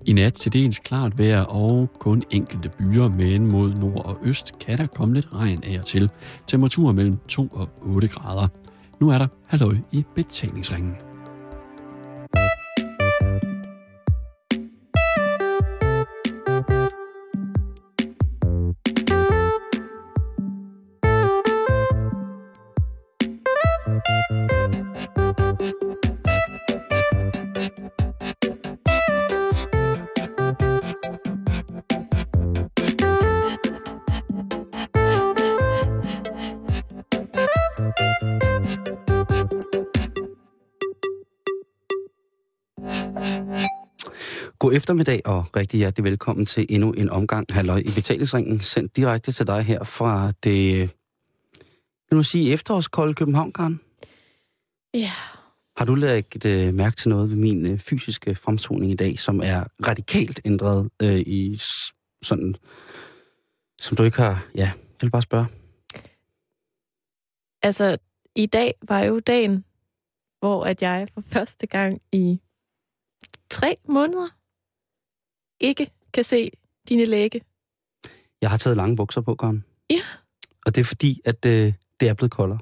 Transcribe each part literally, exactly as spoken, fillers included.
I nat til dels klart vejr og kun enkelte byer, men mod nord og øst kan der komme lidt regn af og til. Temperaturer mellem to og otte grader. Nu er der halløj i betalingsringen. God eftermiddag og rigtig hjertelig velkommen til endnu en omgang halløj i betalingsringen, sendt direkte til dig her fra det, kan du sige, efterårskolde København, Karen? Ja. Har du lagt uh, mærke til noget ved min uh, fysiske fremtoning i dag, som er radikalt ændret uh, i sådan, som du ikke har, ja, jeg vil bare spørge. Altså, i dag var jo dagen, hvor at jeg for første gang i tre måneder ikke kan se dine lægge. Jeg har taget lange bukser på, Karen. Ja. Og det er fordi, at øh, det er blevet koldere.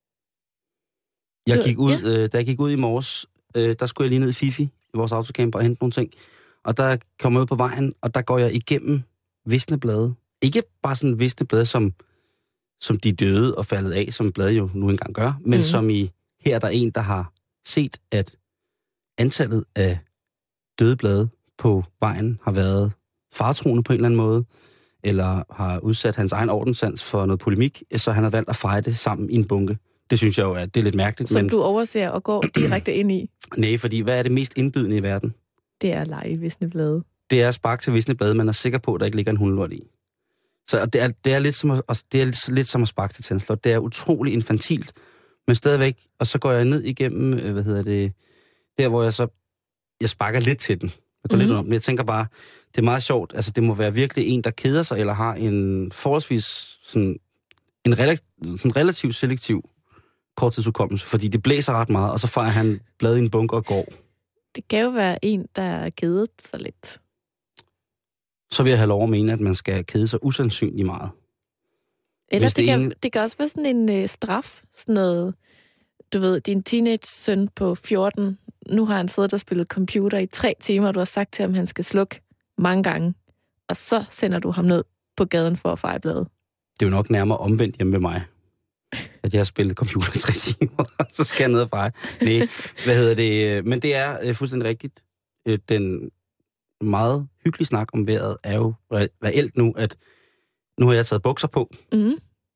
Jeg Du, gik ud, ja. øh, da jeg gik ud i morges, øh, der skulle jeg lige ned i Fifi, i vores autocamper, og hente nogle ting. Og der kom jeg ud på vejen, og der går jeg igennem visne blade. Ikke bare sådan visne blade, som, som de døde og faldet af, som blade jo nu engang gør, men mm. som i, her er der en, der har set, at antallet af døde blade på vejen har været faretruende på en eller anden måde, eller har udsat hans egen ordenssans for noget polemik, så han har valgt at feje det sammen i en bunke. Det synes jeg jo, at det er lidt mærkeligt. Som men... du overser og går direkte ind i. Nej, fordi hvad er det mest indbydende i verden? Det er lege visne blade. Det er at sparke til visne blade, man er sikker på, at der ikke ligger en hundelort i. Så det er, det er, lidt, som at, det er lidt, lidt som at sparke til tændslot. Det er utrolig infantilt, men stadigvæk. Og så går jeg ned igennem, hvad hedder det, der hvor jeg så, jeg sparker lidt til den. Jeg går mm-hmm. lidt om, men jeg tænker bare, det er meget sjovt. Altså, det må være virkelig en, der keder sig, eller har en forholdsvis sådan, en relativt, sådan relativt selektiv korttidsudkommelse, fordi det blæser ret meget, og så fejrer han blad i en bunker og går. Det kan jo være en, der er kedet sig lidt. Så vil jeg have lov at mene, at man skal kede sig usandsynligt meget. Eller det, det, kan, en... det kan også være sådan en øh, straf, sådan noget, du ved, din teenage-søn på fjorten, nu har han siddet og spillet computer i tre timer, og du har sagt til ham, at han skal slukke mange gange, og så sender du ham ned på gaden for at feje bladet. Det er jo nok nærmere omvendt hjemme med mig, at jeg har spillet computer i tre timer, og så skal jeg ned og feje. Nej, hvad hedder det? Men det er øh, fuldstændig rigtigt. Øh, den meget hyggelige snak om vejret er jo reelt nu, at nu har jeg taget bukser på. Mm.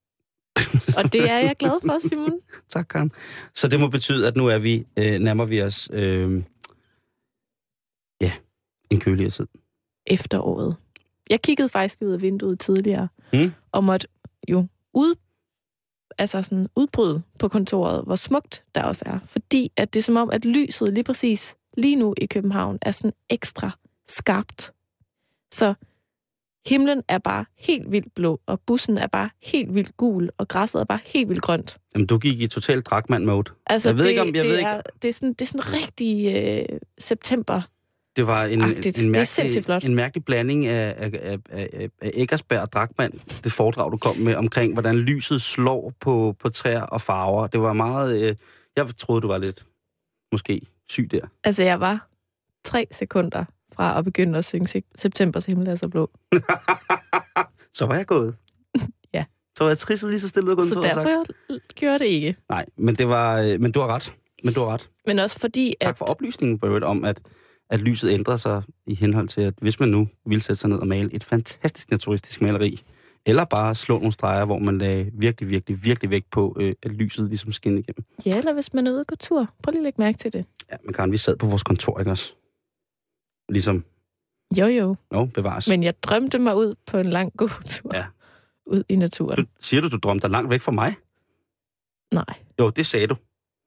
Og det er jeg glad for, Simon. Tak, Karen. Så det må betyde, at nu er vi, øh, nærmer vi os, øh, ja, en køligere tid. Efteråret. Jeg kiggede faktisk ud af vinduet tidligere, mm. og måtte jo ud, altså sådan udbryde på kontoret, hvor smukt der også er. Fordi at det er som om, at lyset lige præcis lige nu i København er sådan ekstra skarpt. Så himlen er bare helt vildt blå, og bussen er bare helt vildt gul, og græsset er bare helt vildt grønt. Jamen, du gik i total Drachmann-mode. Altså, jeg ved det, ikke, om, jeg det, ved er, ikke... det, er sådan, det er sådan rigtig øh, september. Det var en, en, mærkelig, en mærkelig blanding af, af, af, af, af Eckersberg og Drachmann, det foredrag, du kom med, omkring, hvordan lyset slår på, på træer og farver. Det var meget... Øh, jeg troede, du var lidt, måske, syg der. Altså, jeg var tre sekunder fra at begynde at synge Septembers himmel er så blå. Så var jeg gået. Ja. Så var jeg trisset lige så stille og gået. Så derfor jeg gjorde det ikke. Nej, men det var, men du har ret. Men du har ret. Men også fordi, tak at... for oplysningen på øvrigt om, at, at lyset ændrer sig i henhold til, at hvis man nu vil sætte sig ned og male et fantastisk naturistisk maleri, eller bare slå nogle streger, hvor man lagde virkelig, virkelig, virkelig vægt på, øh, at lyset ligesom skinner igennem. Ja, eller hvis man er ude og gå tur. Prøv lige at lægge mærke til det. Ja, men Karen, vi sad på vores kontor, ikke også? Ligesom... Jo, jo. Jo, bevares. Men jeg drømte mig ud på en lang gåtur. Ja. Ud i naturen. Du, siger du, du drømte dig langt væk fra mig? Nej. Jo, det sagde du.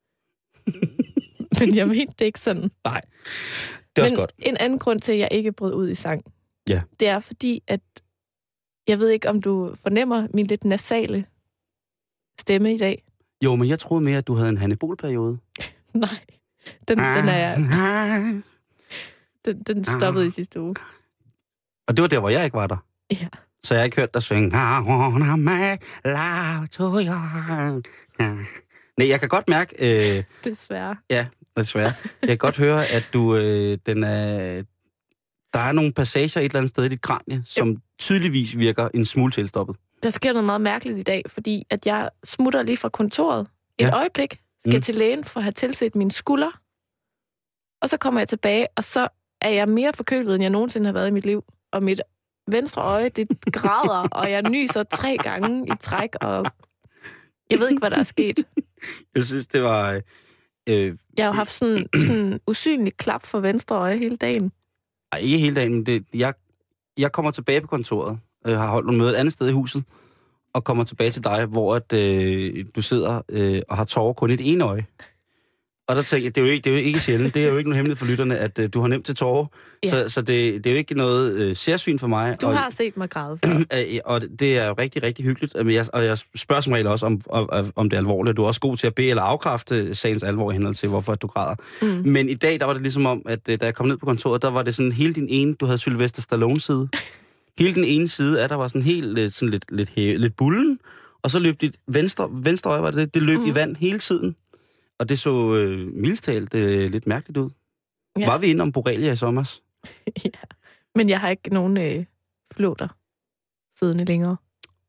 Men jeg mente det ikke sådan. Nej, det er også Men godt. en anden grund til, at jeg ikke brød ud i sang, ja. det er fordi, at jeg ved ikke, om du fornemmer min lidt nasale stemme i dag. Jo, men jeg troede mere, at du havde en Hannibal-periode. Nej, den, ah, den er jeg... Den, den stoppede ah. i sidste uge. Og det var der, hvor jeg ikke var der. Ja. Så jeg har ikke hørt dig synge. I wanna make love to you. Nej, jeg kan godt mærke... Øh, desværre. Ja, desværre. Jeg kan godt høre, at du... Øh, den er, der er nogle passager et eller andet sted i dit kranie, som jo. tydeligvis virker en smule tilstoppet. Der sker noget meget mærkeligt i dag, fordi at jeg smutter lige fra kontoret et ja. øjeblik, skal mm. til lægen for at have tilset mine skuldre, og så kommer jeg tilbage, og så er jeg mere forkølet, end jeg nogensinde har været i mit liv. Og mit venstre øje, det græder, og jeg nyser tre gange i træk, og jeg ved ikke, hvad der er sket. Jeg synes, det var... Øh, jeg har jo haft sådan en usynlig klap for venstre øje hele dagen. Nej, ikke hele dagen, men det, jeg, jeg kommer tilbage på kontoret, øh, har holdt nogle møder et andet sted i huset, og kommer tilbage til dig, hvor at, øh, du sidder øh, og har tårer kun et ene øje. Og der tænker jeg, det er jo ikke, det er jo ikke sjældent, det er jo ikke noget hemmeligt for lytterne, at øh, du har nemt til tårer. Ja. Så, så det, det er jo ikke noget øh, særsyn for mig. Du og, har set mig græde før. Og det er jo rigtig, rigtig hyggeligt. Og jeg, og jeg spørger som regel også, om, om, om det er alvorligt. Du er også god til at bede eller afkræfte sagens alvor i henhold til, hvorfor du græder. Mm. Men i dag, der var det ligesom om, at da jeg kom ned på kontoret, der var det sådan hele din ene, du havde Sylvester Stallone-side. Hele den ene side af der var sådan helt sådan lidt, lidt, lidt, lidt bullen, og så løb dit venstre, venstre øje, var det, det løb mm. i vand hele tiden. Og det så øh, mildest talt øh, lidt mærkeligt ud. Ja. Var vi inde om Borrelia i sommers? Ja, men jeg har ikke nogen øh, flåter siddende længere.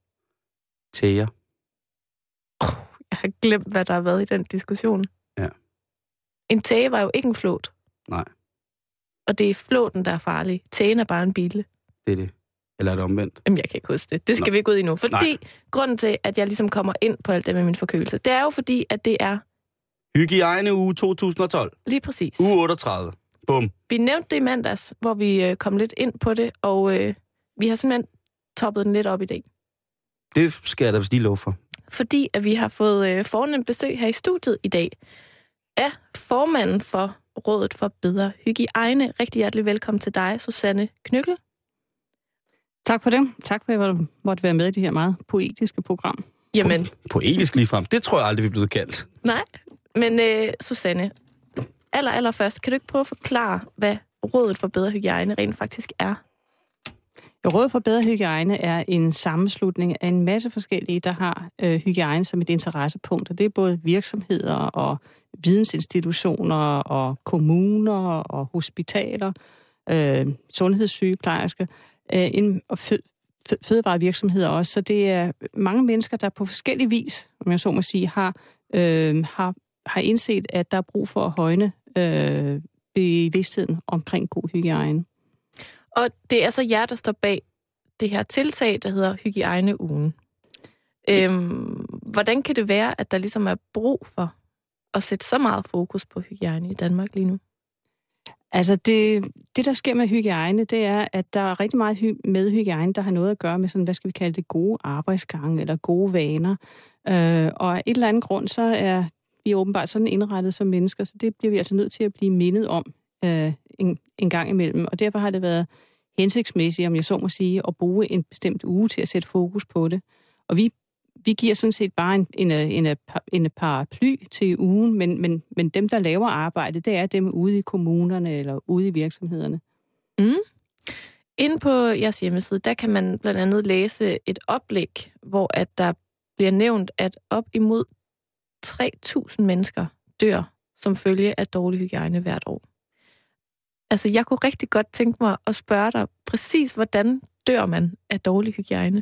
Tæger. Oh, jeg har glemt, hvad der har været i den diskussion. Ja. En tæge var jo ikke en flåt. Nej. Og det er flåten, der er farlig. Tægen er bare en bille. Det er det. Eller er det omvendt? Jamen, jeg kan ikke huske det. Det skal Nå. vi ikke ud i nu. Fordi Nej. grunden til, at jeg ligesom kommer ind på alt det med min forkølelse, det er jo fordi, at det er Hygiejne uge to tusind og tolv. Lige præcis. Uge otteogtredive. Bum. Vi nævnte det i mandags, hvor vi øh, kom lidt ind på det, og øh, vi har simpelthen toppet den lidt op i dag. Det skal jeg da lige love for. Fordi at vi har fået øh, fornemt besøg her i studiet i dag af formanden for Rådet for Bedre Hygiejne. Rigtig hjertelig velkommen til dig, Susanne Knøkkel. Tak for det. Tak for, at jeg måtte være med i det her meget poetiske program. Jamen. Po- poetisk ligefrem. Det tror jeg aldrig, vi er blevet kaldt. Nej, men øh, Susanne, aller, aller først, kan du ikke prøve at forklare, hvad Rådet for Bedre Hygiejne rent faktisk er? Rådet for Bedre Hygiejne er en sammenslutning af en masse forskellige, der har øh, hygiejne som et interessepunkt. Og det er både virksomheder og vidensinstitutioner og kommuner og hospitaler, øh, sundhedssygeplejersker øh, en, og fø, fø, fødevarevirksomheder også. Så det er mange mennesker, der på forskellige vis, om jeg så må sige, har, øh, har, har indset, at der er brug for at højne øh, bevidstheden omkring god hygiejne. Og det er så jer, der står bag det her tiltag, der hedder Hygiejneugen. Øhm, hvordan kan det være, at der ligesom er brug for at sætte så meget fokus på hygiejne i Danmark lige nu? Altså det, det der sker med hygiejne, det er, at der er rigtig meget hy- med hygiejne, der har noget at gøre med sådan, hvad skal vi kalde det, gode arbejdsgange eller gode vaner. Øh, og af et eller andet grund, så er vi åbenbart sådan indrettet som mennesker, så det bliver vi altså nødt til at blive mindet om øh, en, en gang imellem. Og derfor har det været hensigtsmæssigt, om jeg så må sige, at bruge en bestemt uge til at sætte fokus på det. Og vi, vi giver sådan set bare en, en, en, en paraply til ugen, men, men, men dem, der laver arbejde, det er dem ude i kommunerne eller ude i virksomhederne. Mm. Inde på jeres hjemmeside, der kan man blandt andet læse et oplæg, hvor at der bliver nævnt, at op imod tre tusind mennesker dør som følge af dårlig hygiejne hvert år. Altså, jeg kunne rigtig godt tænke mig at spørge dig præcis, hvordan dør man af dårlig hygiejne?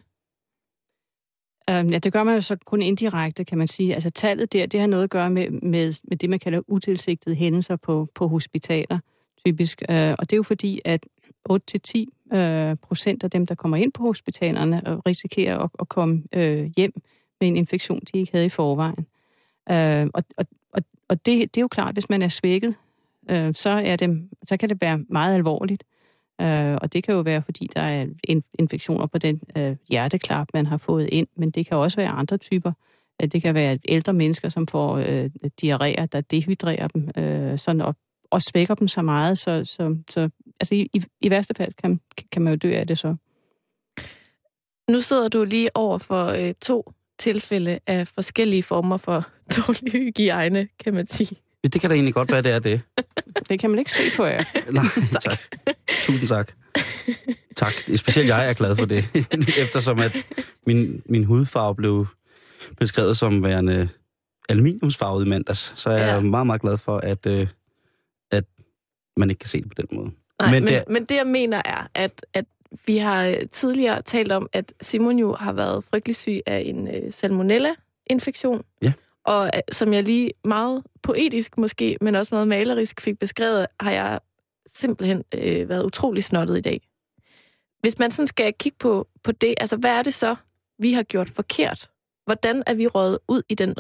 Um, ja, det gør man jo så kun indirekte, kan man sige. Altså, tallet der, det har noget at gøre med, med, med det, man kalder utilsigtede hændelser på, på hospitaler, typisk. Uh, og det er jo fordi, at otte til ti procent af dem, der kommer ind på hospitalerne, risikerer at, at komme uh, hjem med en infektion, de ikke havde i forvejen. Uh, og og, og det, det er jo klart, hvis man er svækket, Så, er det, så kan det være meget alvorligt. Øh, og det kan jo være, fordi der er infektioner på den øh, hjerteklap, man har fået ind, men det kan også være andre typer. Det kan være ældre mennesker, som får øh, diarréer, der dehydrerer dem, øh, sådan og, og svækker dem så meget. Så, så, så altså i, i, i værste fald kan, kan man jo dø af det så. Nu sidder du lige over for øh, to tilfælde af forskellige former for dårlig hygiejne, kan man sige. Det kan da egentlig godt være, det er det. Det kan man ikke se på jer. Nej, tak. tak. Tusind tak. Tak. Specielt jeg er glad for det, eftersom at min, min hudfarve blev beskrevet som værende aluminiumsfarvet i mandags, så er jeg ja. meget, meget glad for, at, øh, at man ikke kan se det på den måde. Nej, men, men, det, men det jeg mener er, at, at vi har tidligere talt om, at Simon jo har været frygtelig syg af en øh, salmonella-infektion. Ja. Og øh, som jeg lige meget poetisk måske, men også meget malerisk fik beskrevet, har jeg simpelthen øh, været utrolig snottet i dag. Hvis man sådan skal kigge på, på det, altså hvad er det så, vi har gjort forkert? Hvordan er vi røget ud i den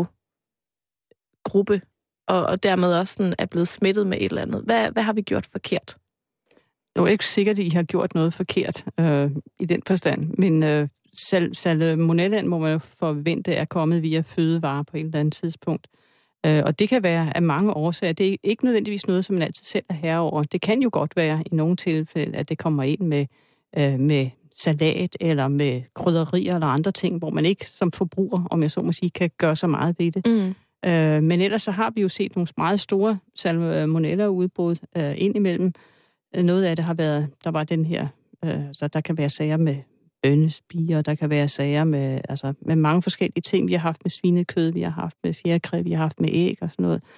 risikogruppe, og, og dermed også sådan er blevet smittet med et eller andet? Hvad, hvad har vi gjort forkert? Det er ikke sikkert, at I har gjort noget forkert øh, i den forstand, men øh, sal- salmonellaen må man jo forvente er kommet via fødevarer på et eller andet tidspunkt. Øh, og det kan være af mange årsager. Det er ikke nødvendigvis noget, som man altid selv er herre over. Det kan jo godt være i nogle tilfælde, at det kommer ind med, øh, med salat eller med krydderier eller andre ting, hvor man ikke som forbruger, om jeg så må sige, kan gøre så meget ved det. Mm. Øh, men ellers så har vi jo set nogle meget store salmonella-udbrud øh, indimellem. Noget af det har været, der var den her, øh, så der kan være sager med bønnespiger, der kan være sager med, altså, med mange forskellige ting. Vi har haft med svinekød, vi har haft med fjerkræ, vi har haft med æg og sådan noget.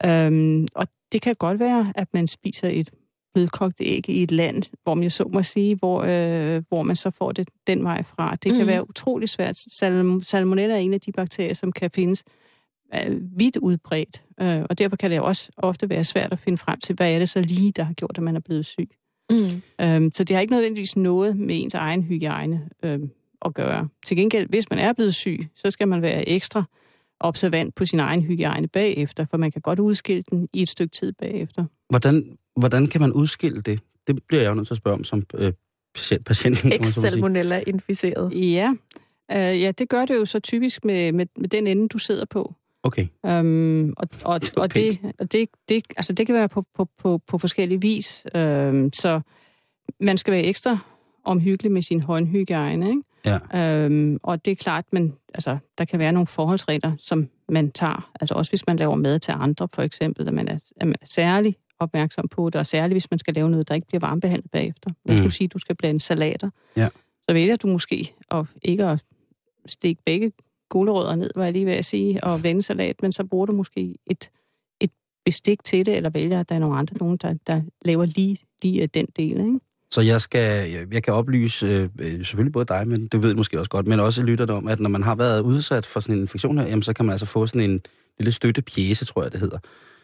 Øhm, og det kan godt være, at man spiser et blødkogt æg i et land, hvor man så må sige, hvor, øh, hvor man så får det den vej fra. Det kan mm. være utrolig svært. Salm- salmonella er en af de bakterier, som kan findes øh, vidt udbredt, øh, og derfor kan det også ofte være svært at finde frem til, hvad er det så lige, der har gjort, at man er blevet syg. Mm. Øhm, så det har ikke nødvendigvis noget med ens egen hygiejne øh, at gøre. Til gengæld, hvis man er blevet syg, så skal man være ekstra observant på sin egen hygiejne bagefter, for man kan godt udskille den i et stykke tid bagefter. Hvordan, hvordan kan man udskille det? Det bliver jeg jo nødt til at spørge om som øh, patient, patienten. Ex-salmonella-inficeret. Ja. Øh, ja, det gør det jo så typisk med, med, med den ende, du sidder på. Okay. Øhm, og og, og, det, og det, det, altså det kan være på, på, på, på forskellige vis. Øhm, så man skal være ekstra omhyggelig med sin håndhygiejne, ikke? Ja. Øhm, og det er klart, men altså, der kan være nogle forholdsregler, som man tager. Altså også hvis man laver mad til andre, for eksempel, at man er, at man er særlig opmærksom på det, og særligt hvis man skal lave noget, der ikke bliver varmebehandlet bagefter. Hvis mm. du siger, at du skal blande salater, ja. så vælger du måske at ikke at stikke begge gulerødder ned, var jeg lige ved at sige, og vende salat, men så bruger du måske et, et bestik til det, eller vælger, at der er nogle andre, nogen, der, der laver lige, lige den del, ikke? Så jeg skal, jeg, jeg kan oplyse, øh, selvfølgelig både dig, men det ved jeg måske også godt, men også lytterne om, at når man har været udsat for sådan en infektion her, jamen, så kan man altså få sådan en lille støttepjece, tror jeg det hedder.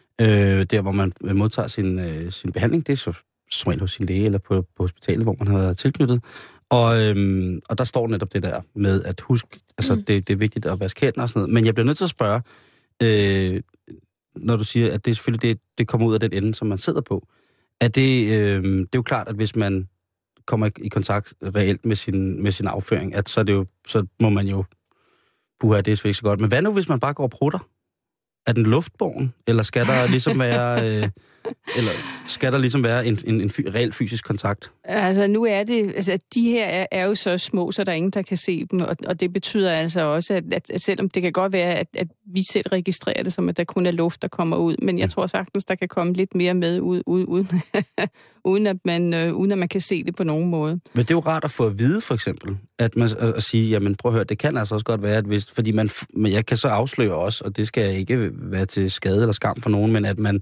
Øh, der, hvor man modtager sin, øh, sin behandling, det er så som regel hos sin læge eller på, på hospitalet, hvor man har været tilknyttet. Og, øhm, og der står netop det der med at huske, altså mm. det, det er vigtigt at vaske hænder og sådan noget. Men jeg bliver nødt til at spørge, øh, når du siger, at det er selvfølgelig det, det kommer ud af den ende, som man sidder på. Er det, øh, det er jo klart, at hvis man kommer i kontakt reelt med sin, med sin afføring, at så, er det jo, så må man jo puha, det er selvfølgelig ikke så godt. Men hvad nu, hvis man bare går og prutter? Er den luftborgen? Eller skal der ligesom være... Øh, Eller skal der ligesom være en, en, en fy, reel fysisk kontakt? Altså nu er det, altså de her er, er jo så små, så der er ingen, der kan se dem, og, og det betyder altså også, at, at, at selvom det kan godt være, at, at vi selv registrerer det som, at der kun er luft, der kommer ud, men jeg tror sagtens, der kan komme lidt mere med ud, ud, uden, uden, at man, øh, uden at man kan se det på nogen måde. Men det er jo rart at få at vide, for eksempel, at man at, at sige, jamen prøv at høre, det kan altså også godt være, at hvis, fordi man, men jeg kan så afsløre også, og det skal ikke være til skade eller skam for nogen, men at man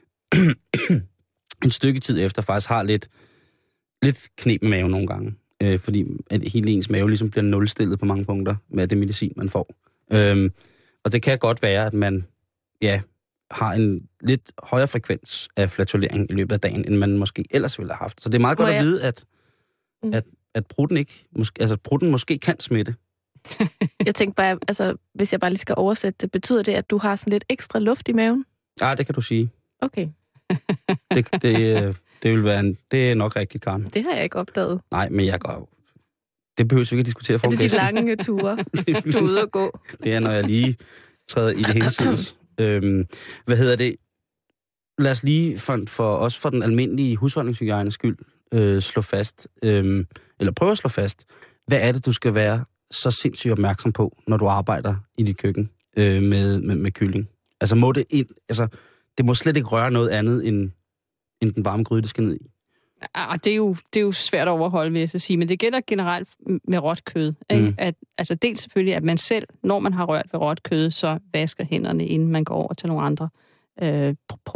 en stykke tid efter faktisk har lidt, lidt kneb med maven nogle gange. Øh, fordi at hele ens mave ligesom bliver nulstillet på mange punkter med det medicin, man får. Øhm, og det kan godt være, at man ja, har en lidt højere frekvens af flatulering i løbet af dagen, end man måske ellers ville have haft. Så det er meget godt jeg... at vide, at, mm. at, at prutten ikke, måske, altså prutten måske kan smitte. Jeg tænkte bare, altså hvis jeg bare lige skal oversætte det, betyder det, at du har sådan lidt ekstra luft i maven? Ja, det kan du sige. Okay. det, det, det vil være en, det er nok rigtigt, Karen. Det har jeg ikke opdaget. Nej, men jeg går... Det behøver vi ikke at diskutere for. Er det de lange ture, du er ude at gå? Det er, når jeg lige træder i det hele tiden. øhm, hvad hedder det? Lad os lige for, for os for den almindelige husholdningshygiejnes skyld øh, slå fast, øh, eller prøve at slå fast, hvad er det, du skal være så sindssygt opmærksom på, når du arbejder i dit køkken øh, med, med, med kylling? Altså må det ind, altså det må slet ikke røre noget andet end, end den varme gryde, det skal ned i. Ah, det, er jo, det er jo svært at overholde, vil jeg så sige, men det gælder generelt med råt kød. Ikke? Mm. At, altså dels selvfølgelig, at man selv, når man har rørt ved råt kød, så vasker hænderne, inden man går over til nogle andre øh,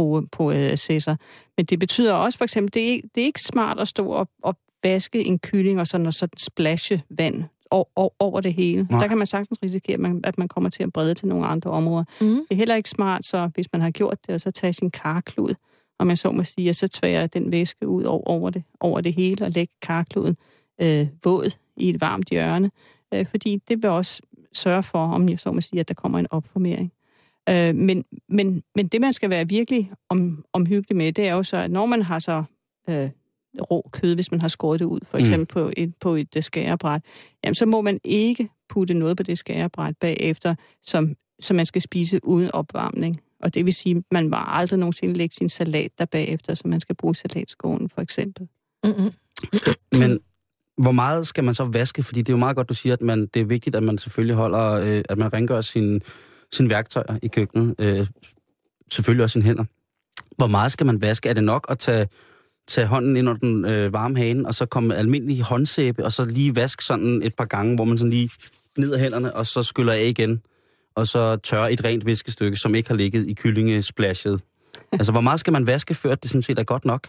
processer. Men det betyder også, for eksempel, det er, det er ikke smart at stå og, og vaske en kylling og sådan, og så splashe vand over, over det hele. Nej. Der kan man sagtens risikere, at man, at man kommer til at brede til nogle andre områder. Mm. Det er heller ikke smart, så hvis man har gjort det, og så tage sin karklud, og man så må sige, at så tværer den væske ud over, over, det, over det hele, og lægge karkluden øh, våd i et varmt hjørne. Øh, fordi det vil også sørge for, om jeg så må sige, at der kommer en opformering. Øh, men, men, men det, man skal være virkelig om, omhyggelig med, det er jo så, at når man har så øh, rå kød, hvis man har skåret det ud, for eksempel mm. på et, på et skærebræt, jamen, så må man ikke putte noget på det skærebræt bagefter, som, som man skal spise uden opvarmning. Og det vil sige, at man må aldrig nogensinde lægge sin salat der bagefter, så man skal bruge salatskålen, for eksempel. Mm-hmm. Men hvor meget skal man så vaske? Fordi det er jo meget godt, du siger, at man, det er vigtigt, at man selvfølgelig holder, øh, at man rengør sine sin værktøjer i køkkenet. Øh, selvfølgelig også sine hænder. Hvor meget skal man vaske? Er det nok at tage, tage hånden ind under den øh, varme hane, og så komme med almindelig håndsæbe, og så lige vaske sådan et par gange, hvor man sådan lige gnider hænderne, og så skyller af igen? Og så tørre et rent viskestykke, som ikke har ligget i kyllingesplashet. Altså, hvor meget skal man vaske, før det sådan set er godt nok?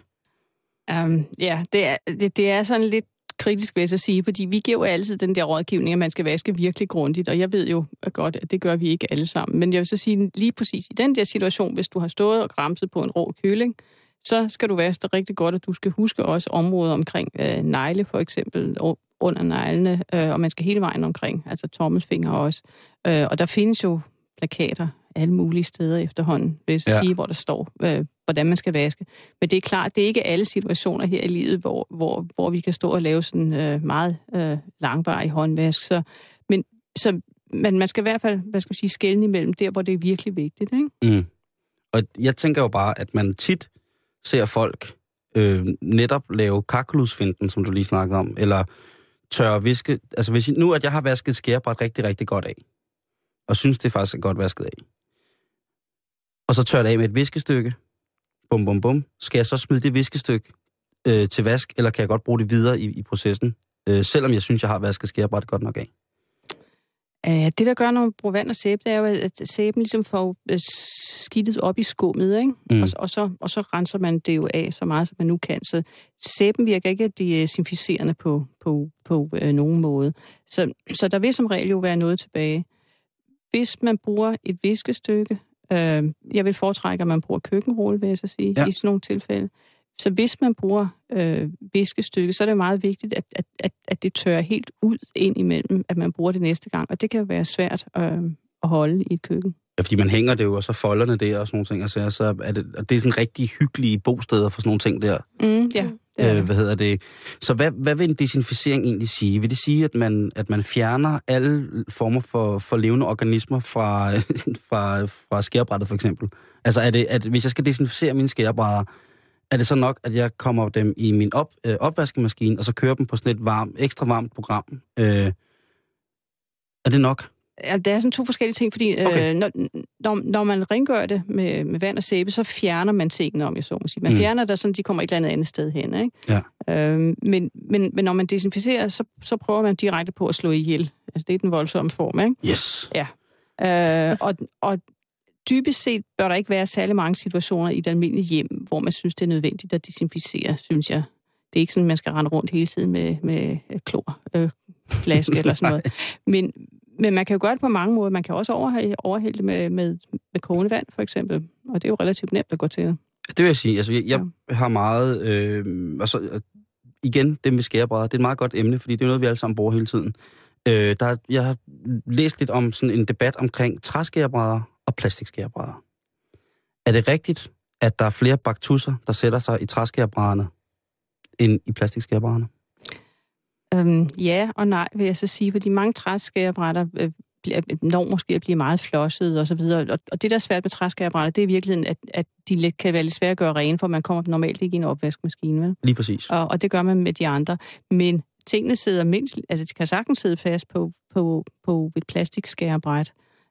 Um, ja, det er, det, det er sådan lidt kritisk, vil jeg så sige, fordi vi giver jo altid den der rådgivning, at man skal vaske virkelig grundigt, og jeg ved jo godt, at det gør vi ikke alle sammen. Men jeg vil så sige, lige præcis i den der situation, hvis du har stået og gramset på en rå kylling, så skal du vaske det rigtig godt, og du skal huske også området omkring øh, negle, for eksempel, under neglene, øh, og man skal hele vejen omkring, altså tommelfinger også. Øh, og der findes jo plakater alle mulige steder efterhånden, vil jeg ja. sige, hvor der står, øh, hvordan man skal vaske. Men det er klart, det er ikke alle situationer her i livet, hvor, hvor, hvor vi kan stå og lave sådan øh, meget øh, langvarig håndvask. Så, men så, man, man skal i hvert fald, hvad skal man sige, skelne imellem der, hvor det er virkelig vigtigt, ikke? Mm. Og jeg tænker jo bare, at man tit ser folk øh, netop lave kakkelusfinten, som du lige snakkede om, eller tørre viske. Altså hvis nu, at jeg har vasket skærebræt rigtig, rigtig godt af, og synes, det faktisk er godt vasket af, og så tørrer det af med et viskestykke, bum, bum, bum, skal jeg så smide det viskestykke øh, til vask, eller kan jeg godt bruge det videre i, i processen, øh, selvom jeg synes, jeg har vasket skærebræt godt nok af? Uh, det, der gør, når man bruger vand og sæbe, det er jo, at sæben ligesom får uh, skidtet op i skummet, ikke? Mm. Og, og, så, og så renser man det jo af så meget, som man nu kan. Så sæben virker ikke desinficerende på, på, på uh, nogen måde. Så, så der vil som regel jo være noget tilbage. Hvis man bruger et viskestykke, uh, jeg vil foretrække, at man bruger køkkenrulle, vil jeg så sige, ja. i sådan nogle tilfælde. Så hvis man bruger øh, viskestykke, så er det meget vigtigt, at, at, at, at det tørrer helt ud ind imellem, at man bruger det næste gang. Og det kan jo være svært øh, at holde i et køkken. Ja, fordi man hænger det jo, og så folderne der og sådan nogle ting. Altså, så er det, og det er sådan rigtig hyggelige bosteder for sådan nogle ting der. Mm, ja. Øh, hvad hedder det? Så hvad, hvad vil en desinficering egentlig sige? Vil det sige, at man, at man fjerner alle former for, for levende organismer fra, fra, fra skærebrættet for eksempel? Altså, er det, at hvis jeg skal desinficere mine skærebrætter, er det så nok, at jeg kommer dem i min op, øh, opvaskemaskine, og så kører dem på sådan et varmt, ekstra varmt program? Øh, er det nok? Ja, det er sådan to forskellige ting, fordi okay. øh, når, når, når man rengør det med, med vand og sæbe, så fjerner man tingene, om jeg så må sige. Man mm. fjerner det, sådan de kommer et eller andet andet sted hen, ikke? Ja. Øh, men, men, men når man desinficerer, så, så prøver man direkte på at slå ihjel. Altså, det er den voldsomme form, ikke? Yes. Ja. Øh, og, og dybest set bør der ikke være særlig mange situationer i et almindeligt hjem, hvor man synes, det er nødvendigt at desinficere, synes jeg. Det er ikke sådan, at man skal rende rundt hele tiden med, med klorflaske øh, eller sådan noget. Men, men man kan jo gøre det på mange måder. Man kan også overhælde, overhælde det med, med, med kogende vand, for eksempel. Og det er jo relativt nemt at gå til. Det vil jeg sige. Altså, jeg, jeg ja. har meget... Øh, altså, igen, det med skærebrædder, det er et meget godt emne, fordi det er noget, vi alle sammen bruger hele tiden. Øh, der, jeg har læst lidt om sådan en debat omkring træskærebrædder og plastikskærebrædder. Er det rigtigt, at der er flere baktusser, der sætter sig i træskærebrædderne, end i plastikskærebrædderne? Øhm, ja og nej, vil jeg så sige, fordi mange træskærebrætter øh, når måske at blive meget flosset og så videre. Og, og det, der er svært med træskærebrætter, det er i virkeligheden, at, at de lidt, kan være lidt svære at gøre rene, for man kommer normalt ikke i en opvaskemaskine. Vel? Lige præcis. Og, og det gør man med de andre. Men tingene sidder mindst, altså det kan sagtens sidde fast på, på, på et plastikskærebræt.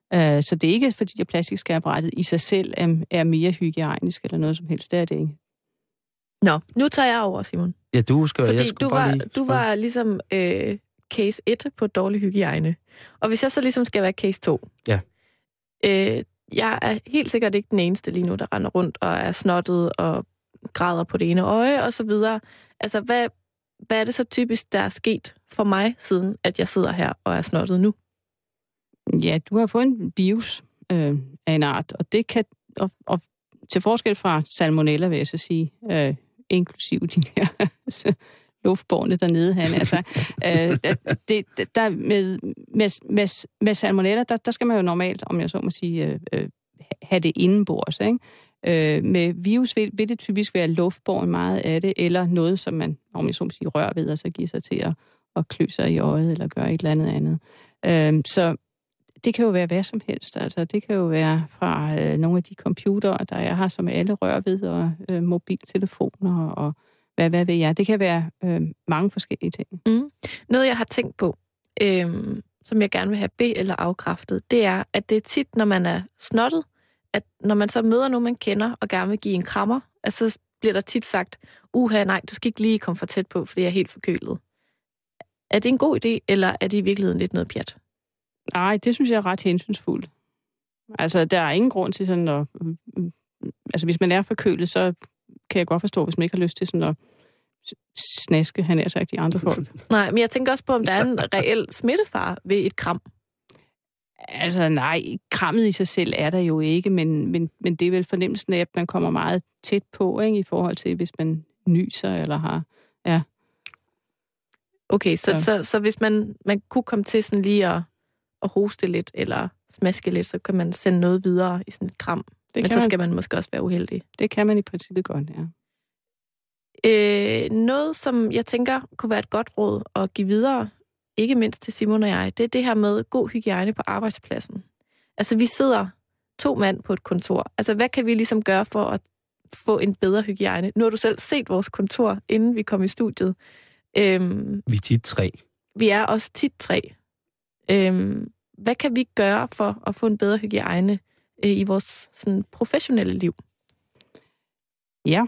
Uh, så det er ikke, fordi at plastikskæreapparatet i sig selv er, er mere hygiejnisk eller noget som helst. Det er det ikke. Nå, nu tager jeg over, Simon. Ja, du skal... Fordi jeg du var, du var ligesom øh, case et på dårlig hygiejne. Og hvis jeg så ligesom skal være case to... Ja. Øh, jeg er helt sikkert ikke den eneste lige nu, der render rundt og er snottet og græder på det ene øje og så videre. Altså, hvad, hvad er det så typisk, der er sket for mig, siden at jeg sidder her og er snottet nu? Ja, du har fået en virus øh, af en art, og det kan... Og, og til forskel fra salmonella, vil jeg så sige, øh, inklusive de her luftbårne dernede, han altså. øh, det, der med, med, med, med salmonella, der, der skal man jo normalt, om jeg så må sige, øh, have det indenbords, ikke? Øh, med virus vil, vil det typisk være luftbåren meget af det, eller noget, som man, om jeg så må sige, rører ved, og så giver sig til at, at klø sig i øjet, eller gøre et eller andet andet. Øh, så det kan jo være hvad som helst. Altså, det kan jo være fra øh, nogle af de computere, der jeg har, som alle rører ved, og øh, mobiltelefoner, og hvad, hvad ved jeg. Det kan være øh, mange forskellige ting. Mm. Noget, jeg har tænkt på, øh, som jeg gerne vil have be- eller afkræftet, det er, at det er tit, når man er snottet, at når man så møder nogen, man kender, og gerne vil give en krammer, at så bliver der tit sagt, uha, nej, du skal ikke lige komme for tæt på, fordi jeg er helt forkølet. Er det en god idé, eller er det i virkeligheden lidt noget pjat? Nej, det synes jeg er ret hensynsfuldt. Altså, der er ingen grund til sådan at... Altså, hvis man er forkølet, så kan jeg godt forstå, hvis man ikke har lyst til sådan at snaske, han er sagt, de andre folk. Nej, men jeg tænker også på, om der er en reel smittefare ved et kram. Altså, nej, krammet i sig selv er der jo ikke, men, men, men det er vel fornemmelsen af, at man kommer meget tæt på, ikke, i forhold til, hvis man nyser eller har... Ja. Okay, så, så. så, så hvis man, man kunne komme til sådan lige at, at hoste lidt, eller smaske lidt, så kan man sende noget videre i sådan et kram. Det men så man, skal man måske også være uheldig. Det kan man i princippet godt, ja. Øh, noget, som jeg tænker kunne være et godt råd at give videre, ikke mindst til Simon og jeg, det er det her med god hygiejne på arbejdspladsen. Altså, vi sidder to mand på et kontor. Altså, hvad kan vi ligesom gøre for at få en bedre hygiejne? Nu har du selv set vores kontor, inden vi kom i studiet. Øhm, vi er tit tre. Vi er også tit tre. Øhm, hvad kan vi gøre for at få en bedre hygiejne øh, i vores sådan, professionelle liv? Ja,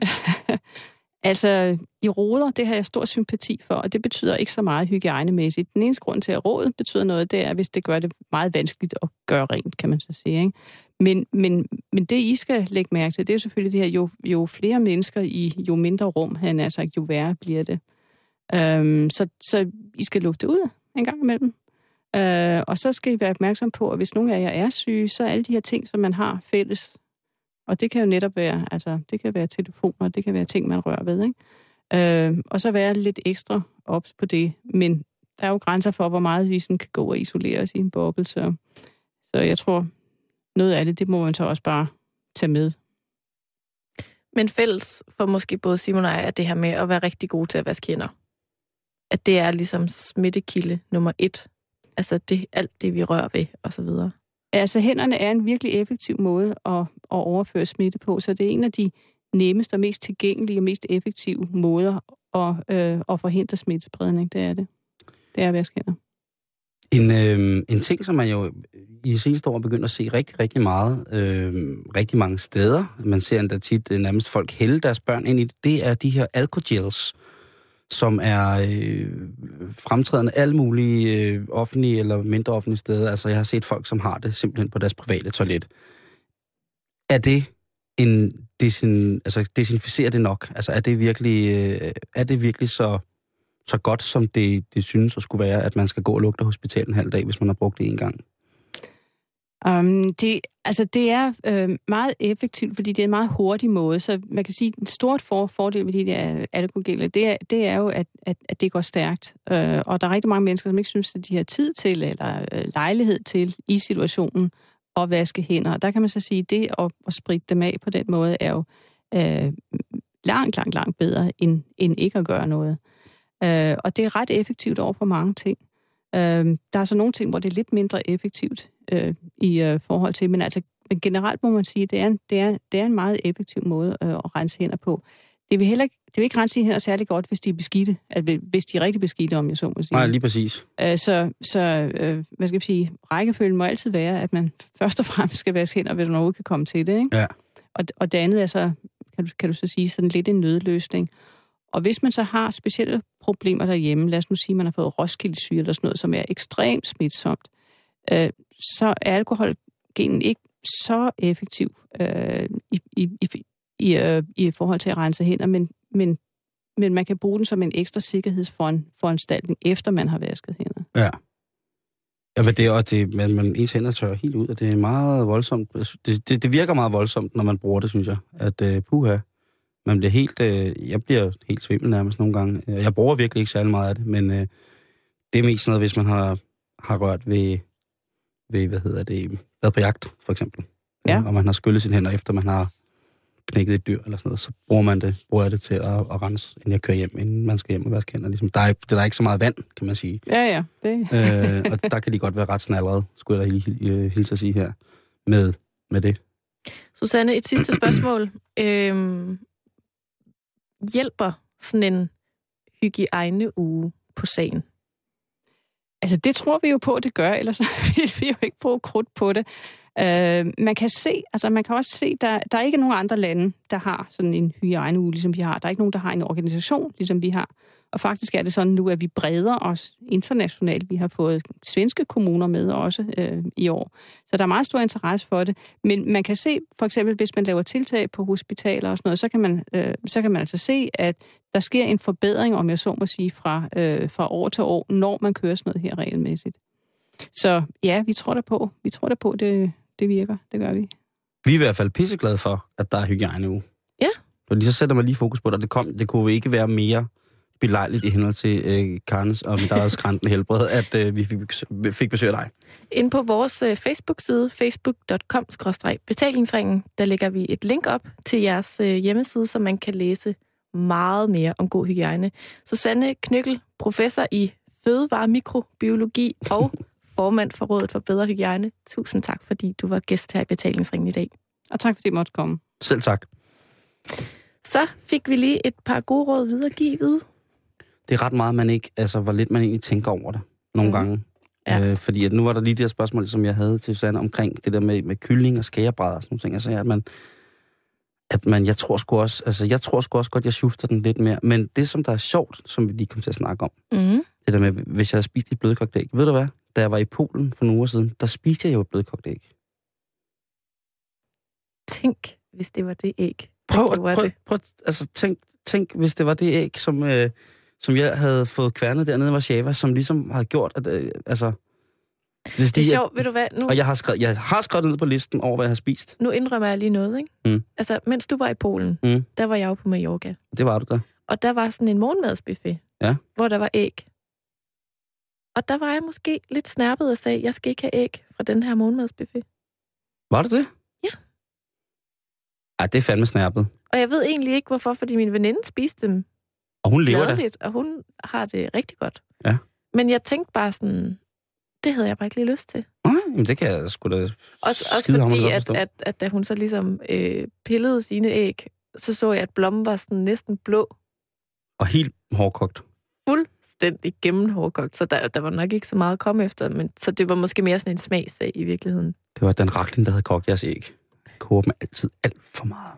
altså i råder, det har jeg stor sympati for, og det betyder ikke så meget hygiejnemæssigt. Den eneste grund til, at rådet betyder noget, det er, hvis det gør det meget vanskeligt at gøre rent, kan man så sige. Ikke? Men, men, men det, I skal lægge mærke til, det er jo selvfølgelig det her, jo, jo flere mennesker i jo mindre rum, han er sagt, jo værre bliver det. Øhm, så, så I skal lufte ud en gang imellem. Øh, og så skal I være opmærksom på, at hvis nogen af jer er syge, så er alle de her ting, som man har fælles. Og det kan jo netop være, altså det kan være telefoner, det kan være ting, man rører ved, ikke? Øh, og så være lidt ekstra ops på det. Men der er jo grænser for, hvor meget vi sådan kan gå og isolere os i en boble. Så, så jeg tror, noget af det, det må man så også bare tage med. Men fælles for måske både Simon og jeg, er det her med at være rigtig god til at vaske hænder. At det er ligesom smittekilde nummer et. Altså det, alt det, vi rører ved, og så videre. Altså hænderne er en virkelig effektiv måde at, at overføre smitte på, så det er en af de nemmeste og mest tilgængelige og mest effektive måder at, øh, at forhindre smittespredning. Det er det. Det er at vaske hænder. En, øh, en ting, som man jo i de seneste år begynder at se rigtig, rigtig meget, øh, rigtig mange steder, man ser endda tit øh, nærmest folk hælde deres børn ind i det, det er de her alkogels, som er øh, fremtrædende alle mulige øh, offentlige eller mindre offentlige steder. Altså, jeg har set folk, som har det simpelthen på deres private toilet. Er det en desin, altså, desinficerer det nok? Altså, er det virkelig, øh, er det virkelig så, så godt, som det, det synes at skulle være, at man skal gå og lugte hospitalet en halv dag, hvis man har brugt det en gang? Um, det, altså det er øh, meget effektivt, fordi det er en meget hurtig måde, så man kan sige, at en stort for, fordel ved de der alkogeler, det er, det er jo, at, at, at det går stærkt. Øh, og der er rigtig mange mennesker, som ikke synes, at de har tid til, eller øh, lejlighed til i situationen at vaske hænder. Og der kan man så sige, at det at, at spritte dem af på den måde, er jo øh, langt, langt, langt bedre, end, end ikke at gøre noget. Øh, og det er ret effektivt over for mange ting. Øh, der er så nogle ting, hvor det er lidt mindre effektivt øh, i øh, forhold til, men altså men generelt må man sige, at det er en, det er, det er en meget effektiv måde øh, at rense hænder på. Det vil heller ikke det vil ikke rense sine hænder særlig godt, hvis de er beskidte. Altså, hvis de er rigtig beskidte, om jeg så må sige. Nej, lige præcis. Øh, så, så øh, hvad skal vi sige, rækkefølgen må altid være, at man først og fremmest skal vaske hænder, hvis du overhovedet kan komme til det, ikke? Ja. Og, og det andet er så, kan du, kan du så sige, sådan lidt en nødløsning. Og hvis man så har specielle problemer derhjemme, lad os nu sige, at man har fået roskildesyge eller sådan noget, som er ekstremt smitsomt, øh, så er alkoholgenen ikke så effektiv øh, i, i, i, i, øh, i forhold til at rense hænder, men, men, men man kan bruge den som en ekstra sikkerhedsforanstaltning, efter man har vasket hænder. Ja. Ja, men det er også det, man, man ens hænder tørrer helt ud, og det er meget voldsomt. Det, det, det virker meget voldsomt, når man bruger det, synes jeg. At uh, puha, man bliver helt, uh, jeg bliver helt svimmel nærmest nogle gange. Jeg bruger virkelig ikke særlig meget af det, men uh, det er mest sådan noget, hvis man har, har rørt ved, ved, hvad hedder det, været på jagt, for eksempel. Ja. Og man har skyllet sine hænder, efter man har knækket et dyr eller sådan noget, så bruger man det, bruger jeg det til at, at rense, inden jeg kører hjem, inden man skal hjem og vaske hænder. Ligesom, der, er, der er ikke så meget vand, kan man sige. Ja, ja. Det. øh, og der kan de godt være ret snallerede, skulle jeg da hilse at sige her, med, med det. Susanne, et sidste spørgsmål. Øhm, hjælper sådan en hygiejneuge på sagen? Altså, det tror vi jo på, at det gør, ellers vil vi jo ikke bruge krudt på det. Uh, man kan se, altså man kan også se, der, der er ikke nogen andre lande, der har sådan en hygiejneuge, ligesom vi har. Der er ikke nogen, der har en organisation, ligesom vi har. Og faktisk er det sådan nu, at vi breder os internationalt. Vi har fået svenske kommuner med også øh, i år. Så der er meget stor interesse for det. Men man kan se, for eksempel, hvis man laver tiltag på hospitaler og sådan noget, så kan man, øh, så kan man altså se, at der sker en forbedring, om jeg så må sige, fra, øh, fra år til år, når man kører sådan noget her regelmæssigt. Så ja, vi tror der på. Vi tror der på, det, det virker. Det gør vi. Vi er i hvert fald pisseglade for, at der er hygiejneuge. Ja. Fordi så sætter man lige fokus på det, det, kom, det kunne ikke være mere belejligt i henhold til øh, Karnes og mit eget skrantende helbred, at øh, vi fik, fik besøg af dig. Inde på vores øh, Facebook-side, facebook punktum com skråstreg betalingsringen, der lægger vi et link op til jeres øh, hjemmeside, så man kan læse meget mere om god hygiejne. Susanne Knøkkel, professor i fødevare-mikrobiologi og formand for Rådet for Bedre Hygiejne. Tusind tak, fordi du var gæst her i betalingsringen i dag. Og tak, fordi I måtte komme. Selv tak. Så fik vi lige et par gode råd videregivet. Det er ret meget, man ikke, altså hvor lidt man egentlig tænker over det nogle mm. gange. Ja. Øh, fordi at nu var der lige det her spørgsmål, som jeg havde til Susanne omkring det der med, med kylling og skærebrædder og sådan nogle ting. Altså, at man, at man, jeg tror sgu også, altså jeg tror sgu også godt, jeg shifter den lidt mere. Men det, som der er sjovt, som vi lige kom til at snakke om, mm. det der med, hvis jeg havde spist et blødkogt æg. Ved du hvad? Da jeg var i Polen for nogle uger siden, der spiste jeg jo et blødkogt æg. Tænk, hvis det var det æg. Prøv, at, prøv, prøv altså tænk, tænk, hvis det var det æg, som, øh, som jeg havde fået kværnet dernede i Warszawa, som ligesom havde gjort, at, øh, altså... Hvis det er sjovt, ved du hvad? Nu... Og jeg har, skrevet, jeg har skrevet ned på listen over, hvad jeg har spist. Nu indrømmer jeg lige noget, ikke? Mm. Altså, mens du var i Polen, mm. der var jeg jo på Mallorca. Det var du da. Og der var sådan en morgenmadsbuffet, ja. Hvor der var æg. Og der var jeg måske lidt snærpet og sagde, jeg skal ikke have æg fra den her morgenmadsbuffet. Var det det? Ja. Ej, det er fandme snærpet. Og jeg ved egentlig ikke, hvorfor, fordi min veninde spiste dem. Og hun lever gladeligt, og hun har det rigtig godt. Ja. Men jeg tænkte bare sådan, det havde jeg bare ikke lige lyst til. Nej, men det kan jeg sgu da Også, også fordi, at, at, at da hun så ligesom øh, pillede sine æg, så så jeg, at blommen var sådan næsten blå. Og helt hårdkogt. Fuldstændig gennemhårdkogt, så der, der var nok ikke så meget at komme efter, men så det var måske mere sådan en smagssag i virkeligheden. Det var den rakling, der havde kogt jeres æg. Koger dem altid alt for meget.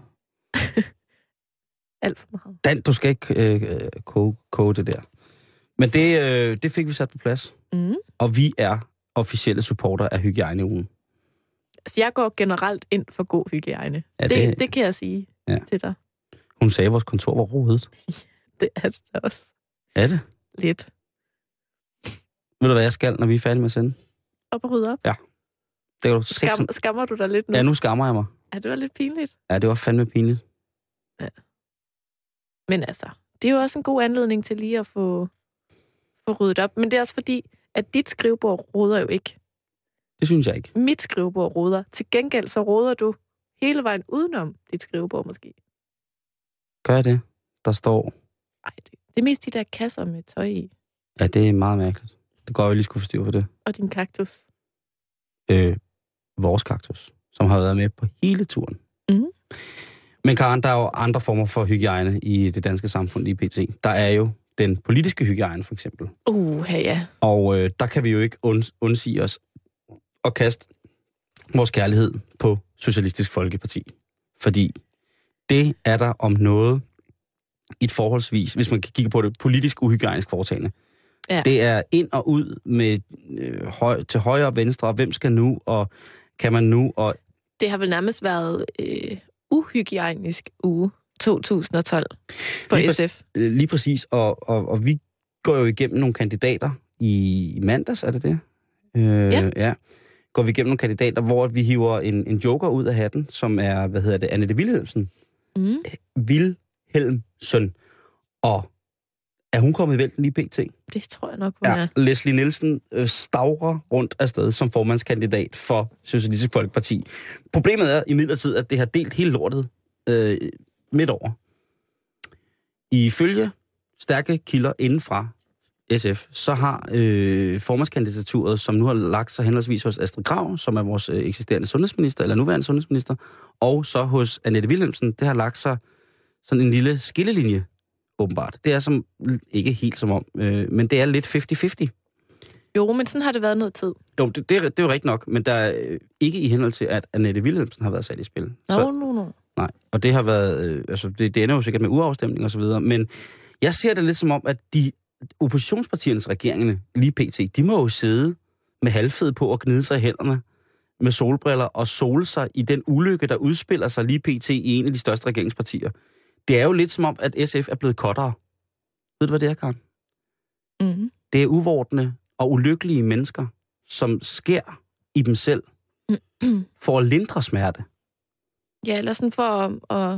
alt for meget. Dan, du skal ikke øh, koge, koge det der. Men det, øh, det fik vi sat på plads. Mm. Og vi er officielle supporter af hygiejneugen. Altså, jeg går generelt ind for god hygiejne. Ja, det, det, det kan jeg sige ja. til dig. Hun sagde, at vores kontor var rodet. Det er det også. Er det? Lidt. Ved du, hvad jeg skal, når vi er færdige med at sende? Op og rydde op? Ja. Det kan du Skam, skammer du dig lidt nu? Ja, nu skammer jeg mig. Ja, det var lidt pinligt. Ja, det var fandme pinligt. Ja. Men altså, det er jo også en god anledning til lige at få, få ryddet op. Men det er også fordi, at dit skrivebord roder jo ikke. Det synes jeg ikke. Mit skrivebord roder. Til gengæld så roder du hele vejen udenom dit skrivebord måske. Gør jeg det? Der står... Nej, det, det er mest de der kasser med tøj i. Ja, det er meget mærkeligt. Det går jeg lige skulle forstyrre på det. Og din kaktus. Øh, vores kaktus, som har været med på hele turen. Mm. Men Karen, der er jo andre former for hygiejne i det danske samfund lige pt. Der er jo den politiske hygiejne, for eksempel. Uh, ja. Og øh, der kan vi jo ikke und, undsige os og kaste vores kærlighed på Socialistisk Folkeparti. Fordi det er der om noget et forholdsvis, hvis man kigger på det, politisk uhygiejnisk foretagende. Ja. Det er ind og ud med øh, høj, til højre og venstre, og hvem skal nu, og kan man nu, og... Det har vel nærmest været øh, uhygiejnisk uge to tusind og tolv for lige S F. Præ- lige præcis, og, og, og vi går jo igennem nogle kandidater i mandags, er det det? Øh, ja. ja. Går vi igennem nogle kandidater, hvor vi hiver en, en joker ud af hatten, som er, hvad hedder det, Annette Wilhelmsen. Mm. Wilhelmsen. Og er hun kommet i vælten lige pt? Det tror jeg nok, hun ja, er. Leslie Nielsen øh, stavrer rundt afsted som formandskandidat for Socialistisk Folkeparti. Problemet er imidlertid, at det har delt hele lortet øh, midt over. Ifølge stærke kilder indenfra S F, så har øh, formandskandidaturet, som nu har lagt sig henholdsvis hos Astrid Krag, som er vores øh, eksisterende sundhedsminister, eller nuværende sundhedsminister, og så hos Annette Wilhelmsen, det har lagt sig sådan en lille skillelinje, åbenbart. Det er som, ikke helt som om, øh, men det er lidt halvtreds halvtreds. Jo, men sådan har det været noget tid. Jo, det, det, er, det er jo rigtigt nok, men der er øh, ikke i henhold til, at Annette Wilhelmsen har været sat i spil. Nå, så, no, no. Nej, og det har været, øh, altså det, det ender jo sikkert med urafstemning og så videre, men jeg ser det lidt som om, at de oppositionspartiernes regeringerne, lige pt., de må jo sidde med halvfed på og gnide sig i hænderne med solbriller og sole sig i den ulykke, der udspiller sig lige pt. I en af de største regeringspartier. Det er jo lidt som om, at S F er blevet kottere. Ved du, hvad det er, Karen? Mm-hmm. Det er uvordne og ulykkelige mennesker, som sker i dem selv for at lindre smerte. Ja, eller sådan for at, at,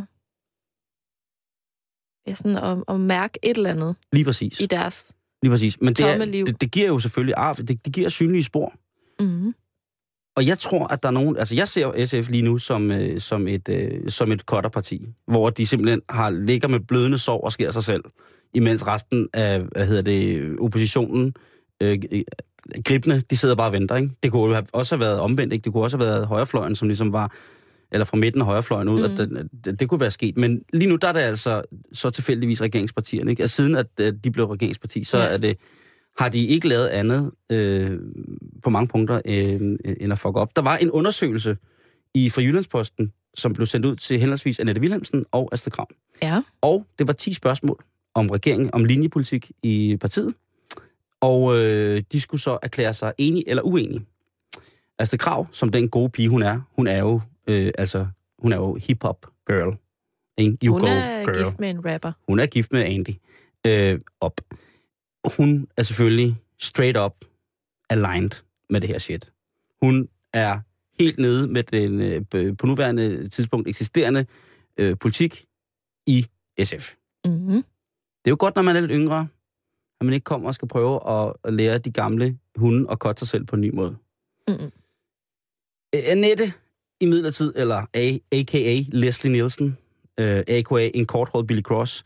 ja, sådan at, at mærke et eller andet Lige præcis. i deres Lige præcis. Men det, tomme er, liv. det, det giver jo selvfølgelig arv. Det, det giver synlige spor. Mm-hmm. Og jeg tror, at der er nogen... Altså, jeg ser S F lige nu som, øh, som et, øh, som et kotterparti, hvor de simpelthen har ligger med blødende sår og sker sig selv, imens resten af, hvad hedder det, oppositionen, øh, gribende, de sidder bare og venter, ikke? Det kunne jo have, også have været omvendt, ikke? Det kunne også have været højrefløjen, som ligesom var... Eller fra midten af højrefløjen ud, mm. at det, det, det kunne være sket. Men lige nu, der er det altså så tilfældigvis regeringspartierne, ikke? Altså, siden at, at de blev regeringsparti, så ja. er det... har de ikke lavet andet øh, på mange punkter øh, end at fuck op. Der var en undersøgelse i fra Jyllandsposten, som blev sendt ud til henholdsvis Annette Wilhelmsen og Astrid Krag. Ja. Og det var ti spørgsmål om regeringen, om linjepolitik i partiet. Og øh, de skulle så erklære sig enige eller uenige. Astrid Krag, som den gode pige hun er, hun er jo, øh, altså, hun er jo hip-hop girl. You hun go, er girl. gift med en rapper. Hun er gift med Andy. Øh, op. Hun er selvfølgelig straight up aligned med det her shit. Hun er helt nede med den øh, på nuværende tidspunkt eksisterende øh, politik i S F. Mm-hmm. Det er jo godt, når man er lidt yngre, at man ikke kommer og skal prøve at, at lære de gamle hunde at kotte sig selv på en ny måde. Mm-hmm. Annette imidlertid, eller A, a k a. Leslie Nielsen, øh, a k a en korthåret Billy Cross,